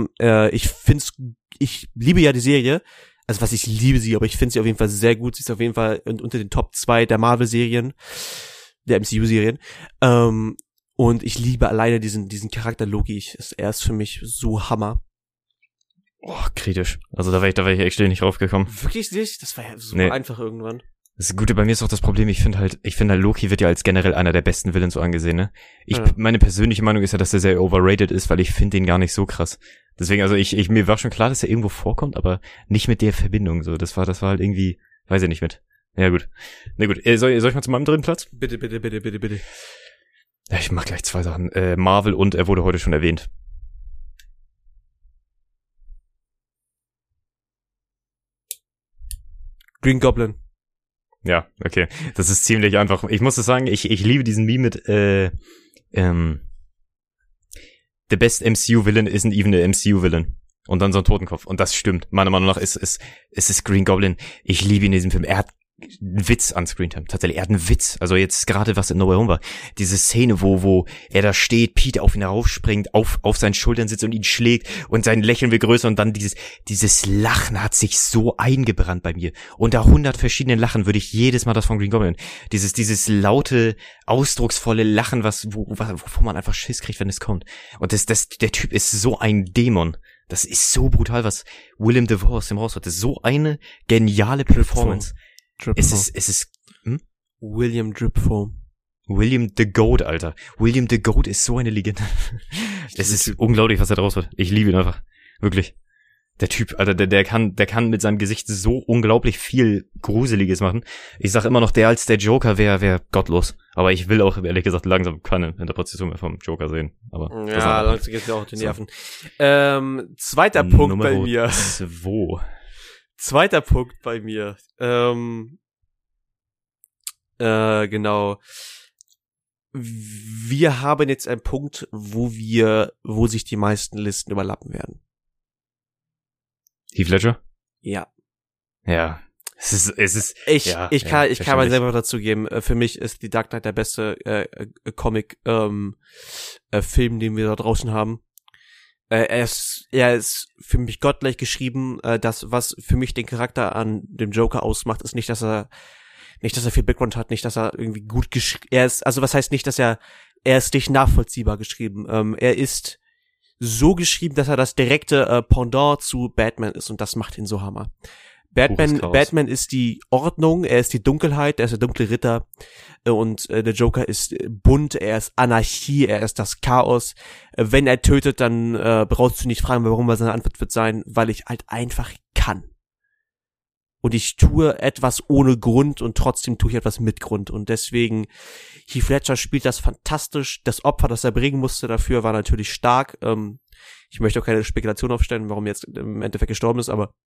Ich liebe ja die Serie. Also ich liebe sie, aber ich finde sie auf jeden Fall sehr gut. Sie ist auf jeden Fall unter den Top 2 der Marvel-Serien, der MCU-Serien. Und ich liebe alleine diesen Charakter Loki. Er ist für mich so Hammer. Oh, kritisch. Also da wäre ich echt nicht raufgekommen. Wirklich nicht? Das war ja so einfach irgendwann. Das Gute bei mir ist auch das Problem, ich finde halt, Loki wird ja als generell einer der besten Villains so angesehen, ne? Meine persönliche Meinung ist ja, dass er sehr overrated ist, weil ich finde ihn gar nicht so krass. Deswegen, also mir war schon klar, dass er irgendwo vorkommt, aber nicht mit der Verbindung, so. Das war halt irgendwie, weiß ich nicht mit. Ja, gut. Na gut, soll ich mal zu meinem dritten Platz? Bitte. Ja, ich mach gleich 2 Sachen. Marvel und er wurde heute schon erwähnt. Green Goblin. Ja, okay. Das ist ziemlich einfach. Ich muss das sagen, ich liebe diesen Meme mit The best MCU Villain isn't even a MCU Villain. Und dann so ein Totenkopf. Und das stimmt. Meiner Meinung nach ist es Green Goblin. Ich liebe ihn in diesem Film. Er hat einen Witz an Screentime. Tatsächlich, er hat einen Witz. Also jetzt gerade, was in No Way Home war. Diese Szene, wo er da steht, Peter auf ihn heraufspringt, auf seinen Schultern sitzt und ihn schlägt und sein Lächeln wird größer und dann dieses Lachen hat sich so eingebrannt bei mir. Unter 100 verschiedenen Lachen würde ich jedes Mal das von Green Goblin. Dieses laute, ausdrucksvolle Lachen, wovon man einfach Schiss kriegt, wenn es kommt. Und der Typ ist so ein Dämon. Das ist so brutal, was Willem Dafoe aus dem rausholt. Das ist so eine geniale Performance. Es ist William Dripfoe. William the Goat, Alter. William the Goat ist so eine Legende. Es ist unglaublich, was er draus wird. Ich liebe ihn einfach. Wirklich. Der Typ, Alter, der kann mit seinem Gesicht so unglaublich viel Gruseliges machen. Ich sag immer noch, der als der Joker wäre gottlos. Aber ich will auch, ehrlich gesagt, langsam keine Interpretation mehr vom Joker sehen. Aber ja, langsam geht's mir auch auf die Nerven. Zweiter Punkt Nummer bei mir. Zweiter Punkt bei mir. Genau. Wir haben jetzt einen Punkt, wo sich die meisten Listen überlappen werden. Heath Ledger? Ja. Ja. Ich kann mal selber dazu geben. Für mich ist die Dark Knight der beste Comic Film, den wir da draußen haben. Er ist für mich gottgleich geschrieben. Das, was für mich den Charakter an dem Joker ausmacht, ist nicht, dass er viel Background hat, nicht, dass er irgendwie gut was heißt nicht, dass er ist nicht nachvollziehbar geschrieben. Er ist so geschrieben, dass er das direkte Pendant zu Batman ist, und das macht ihn so Hammer. Batman ist die Ordnung, er ist die Dunkelheit, er ist der dunkle Ritter, und der Joker ist bunt, er ist Anarchie, er ist das Chaos. Wenn er tötet, dann brauchst du nicht fragen, warum, weil seine Antwort wird sein, weil ich halt einfach kann. Und ich tue etwas ohne Grund und trotzdem tue ich etwas mit Grund. Und deswegen, Heath Ledger spielt das fantastisch. Das Opfer, das er bringen musste dafür, war natürlich stark. Ich möchte auch keine Spekulation aufstellen, warum er jetzt im Endeffekt gestorben ist, aber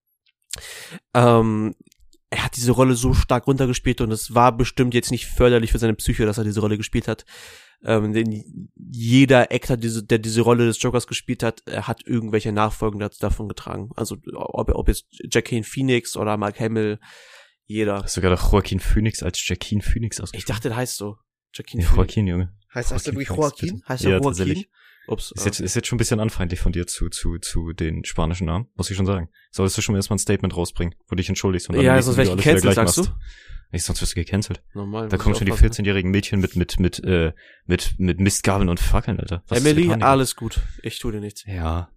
er hat diese Rolle so stark runtergespielt, und es war bestimmt jetzt nicht förderlich für seine Psyche, dass er diese Rolle gespielt hat. Denn jeder Actor, der diese Rolle des Jokers gespielt hat, hat irgendwelche Nachfolgen davon getragen. Also ob jetzt Joaquin Phoenix oder Mark Hamill, jeder. Hast sogar doch Joaquin Phoenix als Joaquin Phoenix ausgesprochen? Ich dachte, der heißt so. Joaquin, Junge. Heißt der wirklich Joaquin? Heißt der Joaquin? Ups. Ist jetzt schon ein bisschen anfeindlich von dir zu den spanischen Namen, muss ich schon sagen. Solltest du schon erstmal ein Statement rausbringen, wo du dich entschuldigst. Und dann ja, sonst werde ich gecancelt, sagst du? Sonst wirst du gecancelt. Normal. Da kommen schon die 14-jährigen Mädchen mit Mistgabeln und Fackeln, Alter. Emily, alles gut. Ich tue dir nichts. Ja.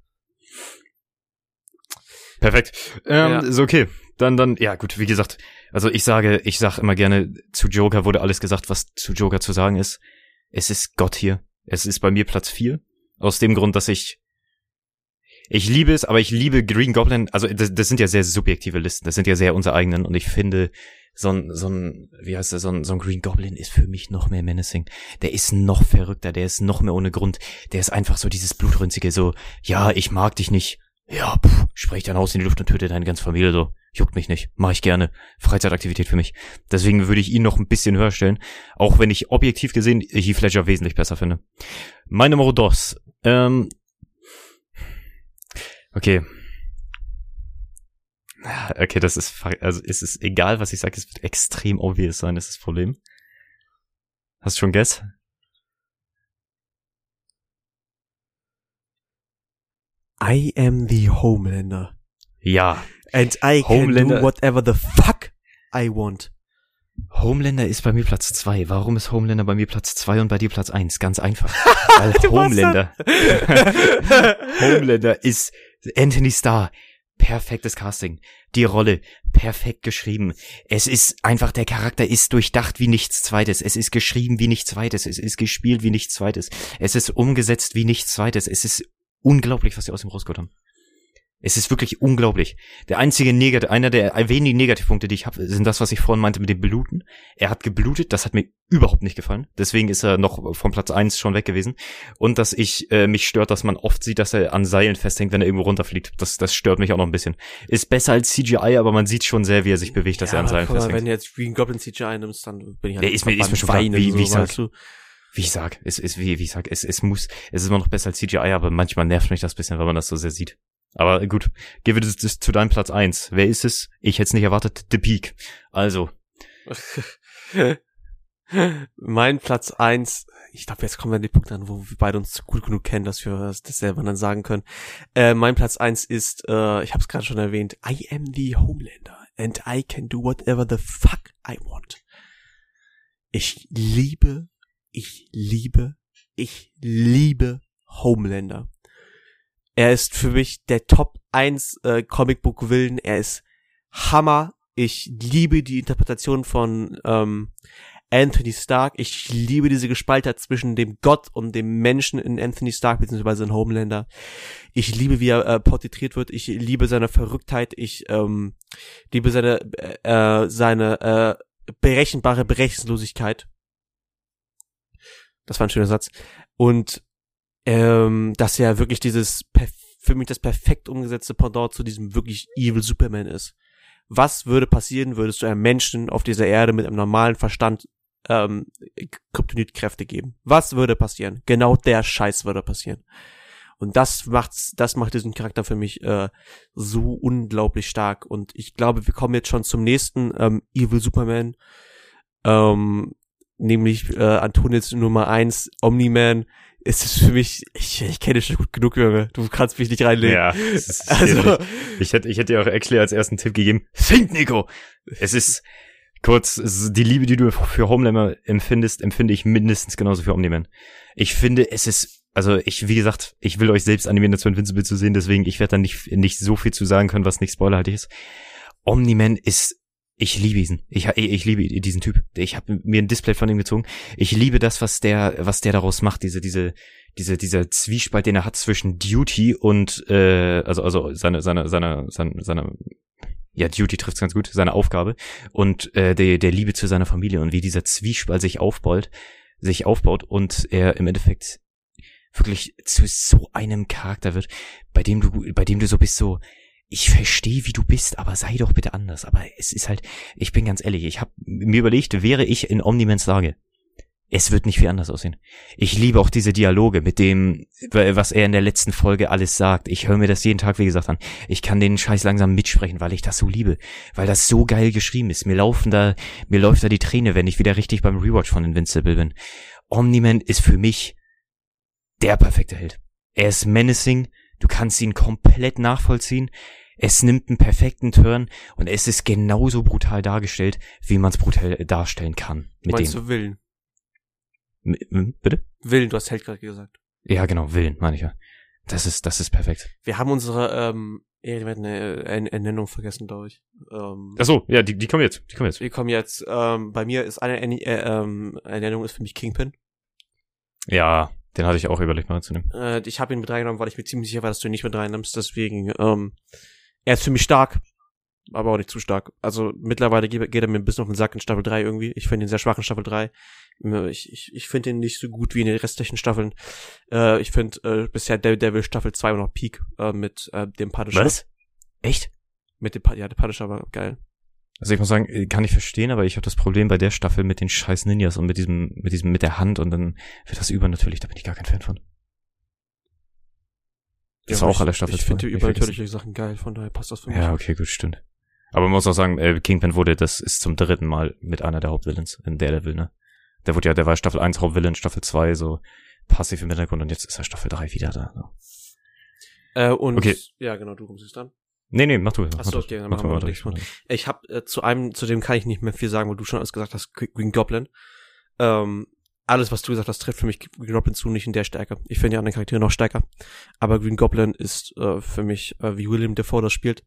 Perfekt. So, okay. Dann, ja, gut, wie gesagt. Also ich sag immer gerne, zu Joker wurde alles gesagt, was zu Joker zu sagen ist. Es ist Gott hier. Es ist bei mir Platz 4. Aus dem Grund, dass ich liebe es, aber ich liebe Green Goblin. Also das sind ja sehr subjektive Listen. Das sind ja sehr unsere eigenen. Und ich finde, so ein Green Goblin ist für mich noch mehr menacing. Der ist noch verrückter. Der ist noch mehr ohne Grund. Der ist einfach so dieses Blutrünstige, so, ja, ich mag dich nicht. Ja, sprech dein Haus in die Luft und töte deine ganze Familie, so. Juckt mich nicht. Mach ich gerne. Freizeitaktivität für mich. Deswegen würde ich ihn noch ein bisschen höher stellen. Auch wenn ich objektiv gesehen Heath Ledger wesentlich besser finde. Mein Numero dos. Okay. Okay, das ist, also es ist egal, was ich sage, es wird extrem obvious sein, das ist das Problem. Hast du schon Guess? I am the Homelander. Ja. And I can do whatever the fuck I want. Homelander ist bei mir Platz 2. Warum ist Homelander bei mir Platz 2 und bei dir Platz 1? Ganz einfach. Weil Homelander ist Anthony Starr. Perfektes Casting. Die Rolle perfekt geschrieben. Es ist einfach, der Charakter ist durchdacht wie nichts Zweites. Es ist geschrieben wie nichts Zweites. Es ist gespielt wie nichts Zweites. Es ist umgesetzt wie nichts Zweites. Es ist unglaublich, was sie aus ihm rausgeholt haben. Es ist wirklich unglaublich. Einer der wenigen Negativpunkte, die ich habe, sind das, was ich vorhin meinte mit dem Bluten. Er hat geblutet, das hat mir überhaupt nicht gefallen. Deswegen ist er noch vom Platz 1 schon weg gewesen. Und dass mich stört, dass man oft sieht, dass er an Seilen festhängt, wenn er irgendwo runterfliegt. Das stört mich auch noch ein bisschen. Ist besser als CGI, aber man sieht schon sehr, wie er sich bewegt, dass er an Seilen festhängt. Wenn du jetzt Green Goblin CGI nimmst, dann bin ich halt der ist mir schon klar, wie ich sag, es ist immer noch besser als CGI, aber manchmal nervt mich das ein bisschen, weil man das so sehr sieht. Aber gut, gehen wir das zu deinem Platz 1. Wer ist es? Ich hätte es nicht erwartet. The Peak. Also. Mein Platz 1, ich glaube, jetzt kommen wir an den Punkt an, wo wir beide uns gut genug kennen, dass wir das selber dann sagen können. Mein Platz 1 ist, ich habe es gerade schon erwähnt, I am the Homelander and I can do whatever the fuck I want. Ich liebe Homelander. Er ist für mich der Top 1 Comicbook-Villain. Er ist Hammer. Ich liebe die Interpretation von Anthony Stark. Ich liebe diese Gespaltenheit zwischen dem Gott und dem Menschen in Anthony Stark, beziehungsweise in Homelander. Ich liebe, wie er porträtiert wird. Ich liebe seine Verrücktheit. Ich liebe seine berechenbare Berechnungslosigkeit. Das war ein schöner Satz. Und dass er wirklich für mich das perfekt umgesetzte Pendant zu diesem wirklich evil Superman ist. Was würde passieren, würdest du einem Menschen auf dieser Erde mit einem normalen Verstand Kryptonitkräfte geben? Was würde passieren? Genau der Scheiß würde passieren. Und das macht diesen Charakter für mich so unglaublich stark. Und ich glaube, wir kommen jetzt schon zum nächsten Evil Superman. Nämlich Antonius Nummer 1, Omni-Man. Es ist für mich, ich kenne dich schon gut genug, Junge. Du kannst mich nicht reinlegen. Ja, also ich hätte dir auch actually als ersten Tipp gegeben. Think, Nico! Es ist kurz, die Liebe, die du für Homelander empfindest, empfinde ich mindestens genauso für Omni-Man. Ich finde, es ist, wie gesagt, ich will euch selbst animieren, dazu Invincible zu sehen, deswegen, ich werde da nicht so viel zu sagen können, was nicht spoilerhaltig ist. Omni-Man ist, ich liebe ihn. Ich liebe diesen Typ. Ich habe mir ein Display von ihm gezogen. Ich liebe das, was der daraus macht, dieser Zwiespalt, den er hat zwischen Duty und also seine ja, Duty trifft's ganz gut, seine Aufgabe und der Liebe zu seiner Familie und wie dieser Zwiespalt sich aufbaut und er im Endeffekt wirklich zu so einem Charakter wird, bei dem du so bist, so ich verstehe, wie du bist, aber sei doch bitte anders. Aber es ist halt, ich bin ganz ehrlich, ich habe mir überlegt, wäre ich in Omni-Mans Lage, es wird nicht viel anders aussehen. Ich liebe auch diese Dialoge mit dem, was er in der letzten Folge alles sagt. Ich höre mir das jeden Tag, wie gesagt, an. Ich kann den Scheiß langsam mitsprechen, weil ich das so liebe. Weil das so geil geschrieben ist. Mir läuft da die Träne, wenn ich wieder richtig beim Rewatch von Invincible bin. Omni-Man ist für mich der perfekte Held. Er ist menacing, du kannst ihn komplett nachvollziehen. Es nimmt einen perfekten Turn und es ist genauso brutal dargestellt, wie man es brutal darstellen kann. Meinst du Willen? Bitte? Willen, du hast Held gerade gesagt. Ja, genau, Willen, meine ich ja. Das ist perfekt. Wir haben unsere eine Ernennung vergessen, glaube ich. Ach so, ja, die kommen jetzt. Wir kommen jetzt. Bei mir ist eine Ernennung ist für mich Kingpin. Ja, den hatte ich auch überlegt, mal reinzunehmen. Ich habe ihn mit reingenommen, weil ich mir ziemlich sicher war, dass du ihn nicht mit reinnimmst. Deswegen, er ist für mich stark, aber auch nicht zu stark. Also mittlerweile geht er mir ein bisschen auf den Sack in Staffel 3 irgendwie. Ich finde ihn sehr schwach in Staffel 3. Ich finde ihn nicht so gut wie in den restlichen Staffeln. Ich finde bisher Daredevil Staffel 2 noch Peak mit dem Punisher. Was? Echt? Mit dem der Punisher war geil. Also ich muss sagen, kann ich verstehen, aber ich habe das Problem bei der Staffel mit den scheiß Ninjas und mit der Hand und dann wird das übernatürlich, da bin ich gar kein Fan von. Das war auch alle Staffel 2. Ich finde die übernatürliche Sachen geil, von daher passt das für mich. Ja, okay, gut, stimmt. Aber man muss auch sagen, Kingpin das ist zum 3. Mal mit einer der Hauptvillains in Daredevil, ne? Der war Staffel 1 Hauptvillain, Staffel 2 so passiv im Hintergrund und jetzt ist er Staffel 3 wieder da. So. Okay. Ja, genau, du kommst jetzt dann. Nee, mach du. Achso, okay, dann machen wir weiter. Ich habe zu dem kann ich nicht mehr viel sagen, weil du schon alles gesagt hast, Green Goblin. Alles, was du gesagt hast, trifft für mich Green Goblin zu, nicht in der Stärke. Ich finde die anderen Charaktere noch stärker. Aber Green Goblin ist für mich, wie William Dafoe das spielt,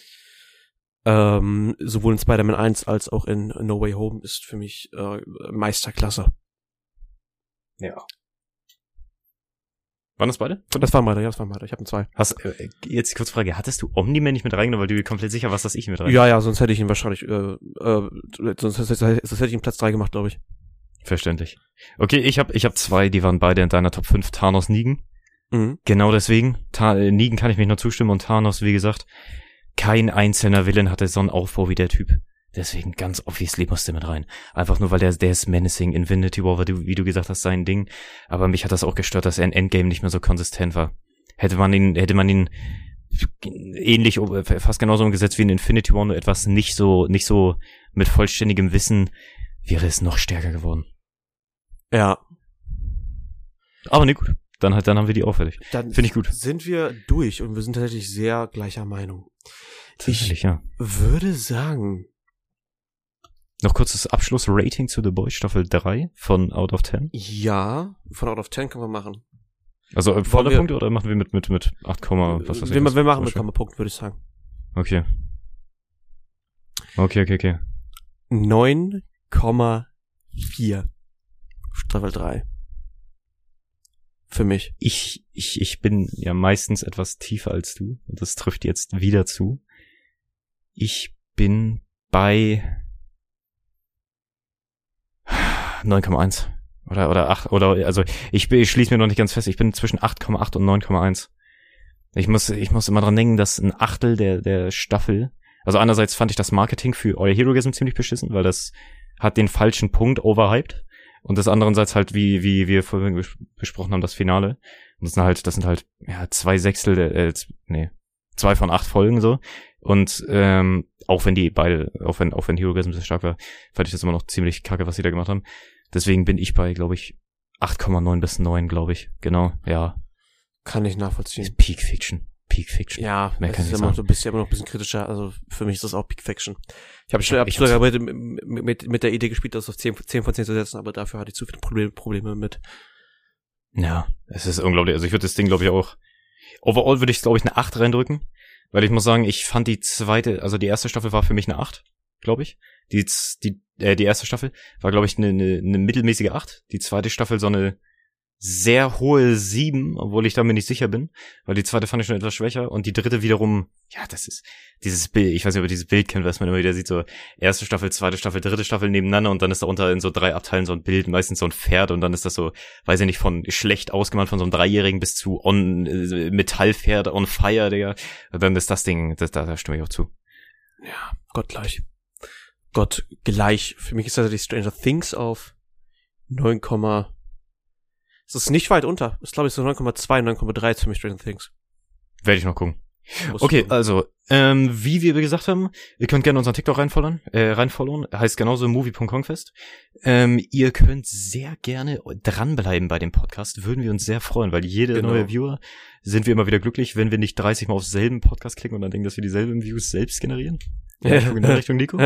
sowohl in Spider-Man 1 als auch in No Way Home ist für mich Meisterklasse. Ja. Waren das beide? Das waren beide. Ich habe 2. Jetzt kurz Frage, hattest du Omni-Man nicht mit reingenommen, weil du dir komplett sicher warst, dass ich ihn mit reingenommen? Ja, sonst hätte ich ihn wahrscheinlich, sonst hätte ich ihn Platz 3 gemacht, glaube ich. Verständlich. Okay, ich hab 2, die waren beide in deiner Top 5, Thanos, Negan. Mhm. Genau deswegen, Negan kann ich mich nur zustimmen und Thanos, wie gesagt, kein einzelner Villain hatte so einen Aufbau wie der Typ. Deswegen ganz obviously musste mit rein. Einfach nur, weil der ist menacing. Infinity War war, wie du gesagt hast, sein Ding. Aber mich hat das auch gestört, dass er in Endgame nicht mehr so konsistent war. Hätte man ihn ähnlich, fast genauso umgesetzt wie in Infinity War, nur etwas nicht so mit vollständigem Wissen, wäre es noch stärker geworden. Ja. Aber ne, gut. Dann haben wir die auch fertig. Finde ich gut. Sind wir durch und wir sind tatsächlich sehr gleicher Meinung. Ich würde sagen, noch kurzes Abschlussrating zu The Boys Staffel 3 von Out of 10? Ja, von Out of 10 können wir machen. Also voller Punkte oder machen wir mit 8, was weiß ich? Wir machen mit Kommapunkten, würde ich sagen. Okay. 9,4. 4. Staffel 3. Für mich. Ich bin ja meistens etwas tiefer als du. Und das trifft jetzt wieder zu. Ich bin bei 9,1. Oder 8, also ich schließe mir noch nicht ganz fest. Ich bin zwischen 8,8 und 9,1. Ich muss immer dran denken, dass ein Achtel der Staffel, also einerseits fand ich das Marketing für Our Heroism ziemlich beschissen, weil das hat den falschen Punkt overhyped. Und das andererseits halt, wie wir vorhin besprochen haben, das Finale. Und das sind halt 2 von 8 Folgen so. Und auch wenn Heroism so stark war, fand ich das immer noch ziemlich kacke, was sie da gemacht haben. Deswegen bin ich bei, glaube ich, 8,9 bis 9, glaube ich. Genau, ja. Kann ich nachvollziehen. Peak Fiction. Ja, mehr kann ich du bist ja immer noch ein bisschen kritischer. Also für mich ist das auch Peak Fiction. Ich habe sogar mit der Idee gespielt, das auf 10 von 10 zu setzen, aber dafür hatte ich zu viele Probleme mit. Ja, es ist unglaublich. Also ich würde das Ding, glaube ich, auch overall würde ich, glaube ich, eine 8 reindrücken. Weil ich muss sagen, ich fand die erste Staffel war für mich eine 8, glaube ich. Die erste Staffel war, glaube ich, eine mittelmäßige 8. Die zweite Staffel so eine sehr hohe 7, obwohl ich da mir nicht sicher bin. Weil die zweite fand ich schon etwas schwächer. Und die dritte wiederum, ja, das ist dieses Bild. Ich weiß nicht, ob ihr dieses Bild kennt, was man immer wieder sieht. So erste Staffel, zweite Staffel, dritte Staffel nebeneinander. Und dann ist da unter in so 3 Abteilen so ein Bild, meistens so ein Pferd. Und dann ist das so, weiß ich nicht, von schlecht ausgemalt von so einem 3-Jährigen bis zu Metallpferd on fire, Digga. Und dann ist das Ding, da stimme ich auch zu. Ja, Gott gleich. Für mich ist tatsächlich Stranger Things auf 9, es ist nicht weit unter. Es ist, glaube ich, so 9,2, 9,3 ist für mich Stranger Things. Werde ich noch gucken. Okay, also, wie wir gesagt haben, ihr könnt gerne unseren TikTok reinfollowen, heißt genauso movie.conquest. Ihr könnt sehr gerne dranbleiben bei dem Podcast, würden wir uns sehr freuen, weil jede neue Viewer sind wir immer wieder glücklich, wenn wir nicht 30 Mal auf selben Podcast klicken und dann denken, dass wir dieselben Views selbst generieren. Ja, in Richtung Nico.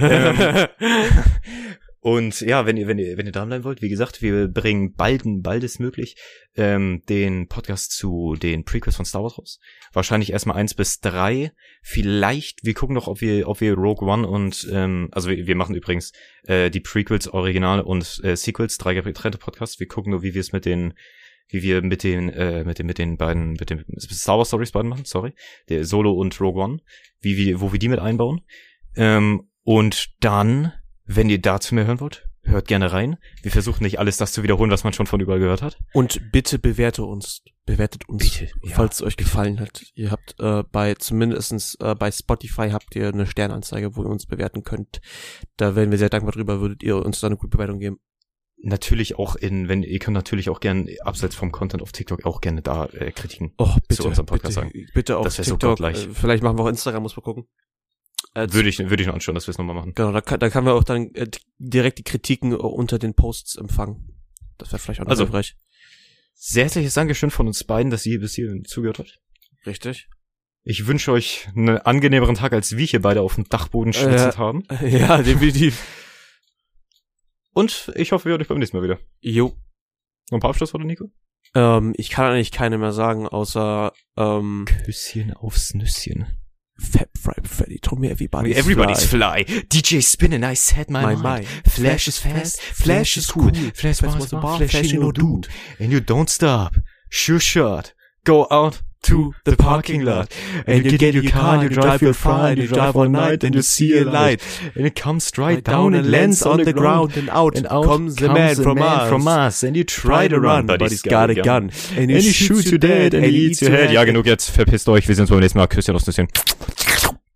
Und ja, wenn ihr dranbleiben wollt, wie gesagt, wir bringen baldestmöglich den Podcast zu den Prequels von Star Wars raus. Wahrscheinlich erstmal 1 bis 3. Vielleicht, wir gucken noch, ob wir Rogue One und also wir machen übrigens die Prequels, Originale und Sequels, 3 getrennte Podcasts. Wir gucken nur, wie wir mit den beiden Star Wars Stories beiden machen, der Solo und Rogue One, wo wir die mit einbauen. Und dann, wenn ihr dazu mehr hören wollt, hört gerne rein. Wir versuchen nicht alles das zu wiederholen, was man schon von überall gehört hat. Und bitte bewertet uns, bitte, falls es euch gefallen hat. Ihr habt zumindestens bei Spotify habt ihr eine Sternanzeige, wo ihr uns bewerten könnt. Da wären wir sehr dankbar drüber, würdet ihr uns da eine gute Bewertung geben. Natürlich auch ihr könnt natürlich auch gerne abseits vom Content auf TikTok auch gerne da Kritiken zu unserem Podcast sagen. Bitte auch TikTok. So vielleicht machen wir auch Instagram, muss man gucken. Würde ich noch anschauen, dass wir es nochmal machen. Genau, da kann man auch dann direkt die Kritiken unter den Posts empfangen. Das wäre vielleicht auch noch hilfreich. Sehr herzliches Dankeschön von uns beiden, dass ihr bis hierhin zugehört habt. Richtig. Ich wünsche euch einen angenehmeren Tag, als wir hier beide auf dem Dachboden schwitzend haben. Ja, definitiv. Und ich hoffe, wir hören euch beim nächsten Mal wieder. Jo. Noch ein paar Abschlussworte, Nico? Ich kann eigentlich keine mehr sagen, außer Küsschen aufs Nüsschen. Fab Fry Freddy told me everybody's fly. DJ spinning, I set my mind. Flash is fast, flash is cool. Flash was a bar, flash no dude. And you don't stop. Sure shot. Go out to the parking lot. And you get your car and you drive your fry. And you drive all night and you see a light. And it comes straight down and lands on the ground. And out comes the man from us. And you try to run, but he's got a gun. And he shoots you dead and he eats your head. Ja, genug jetzt. Verpisst euch. Wir sehen uns beim nächsten Mal. Küsschen aufs Nüsschen.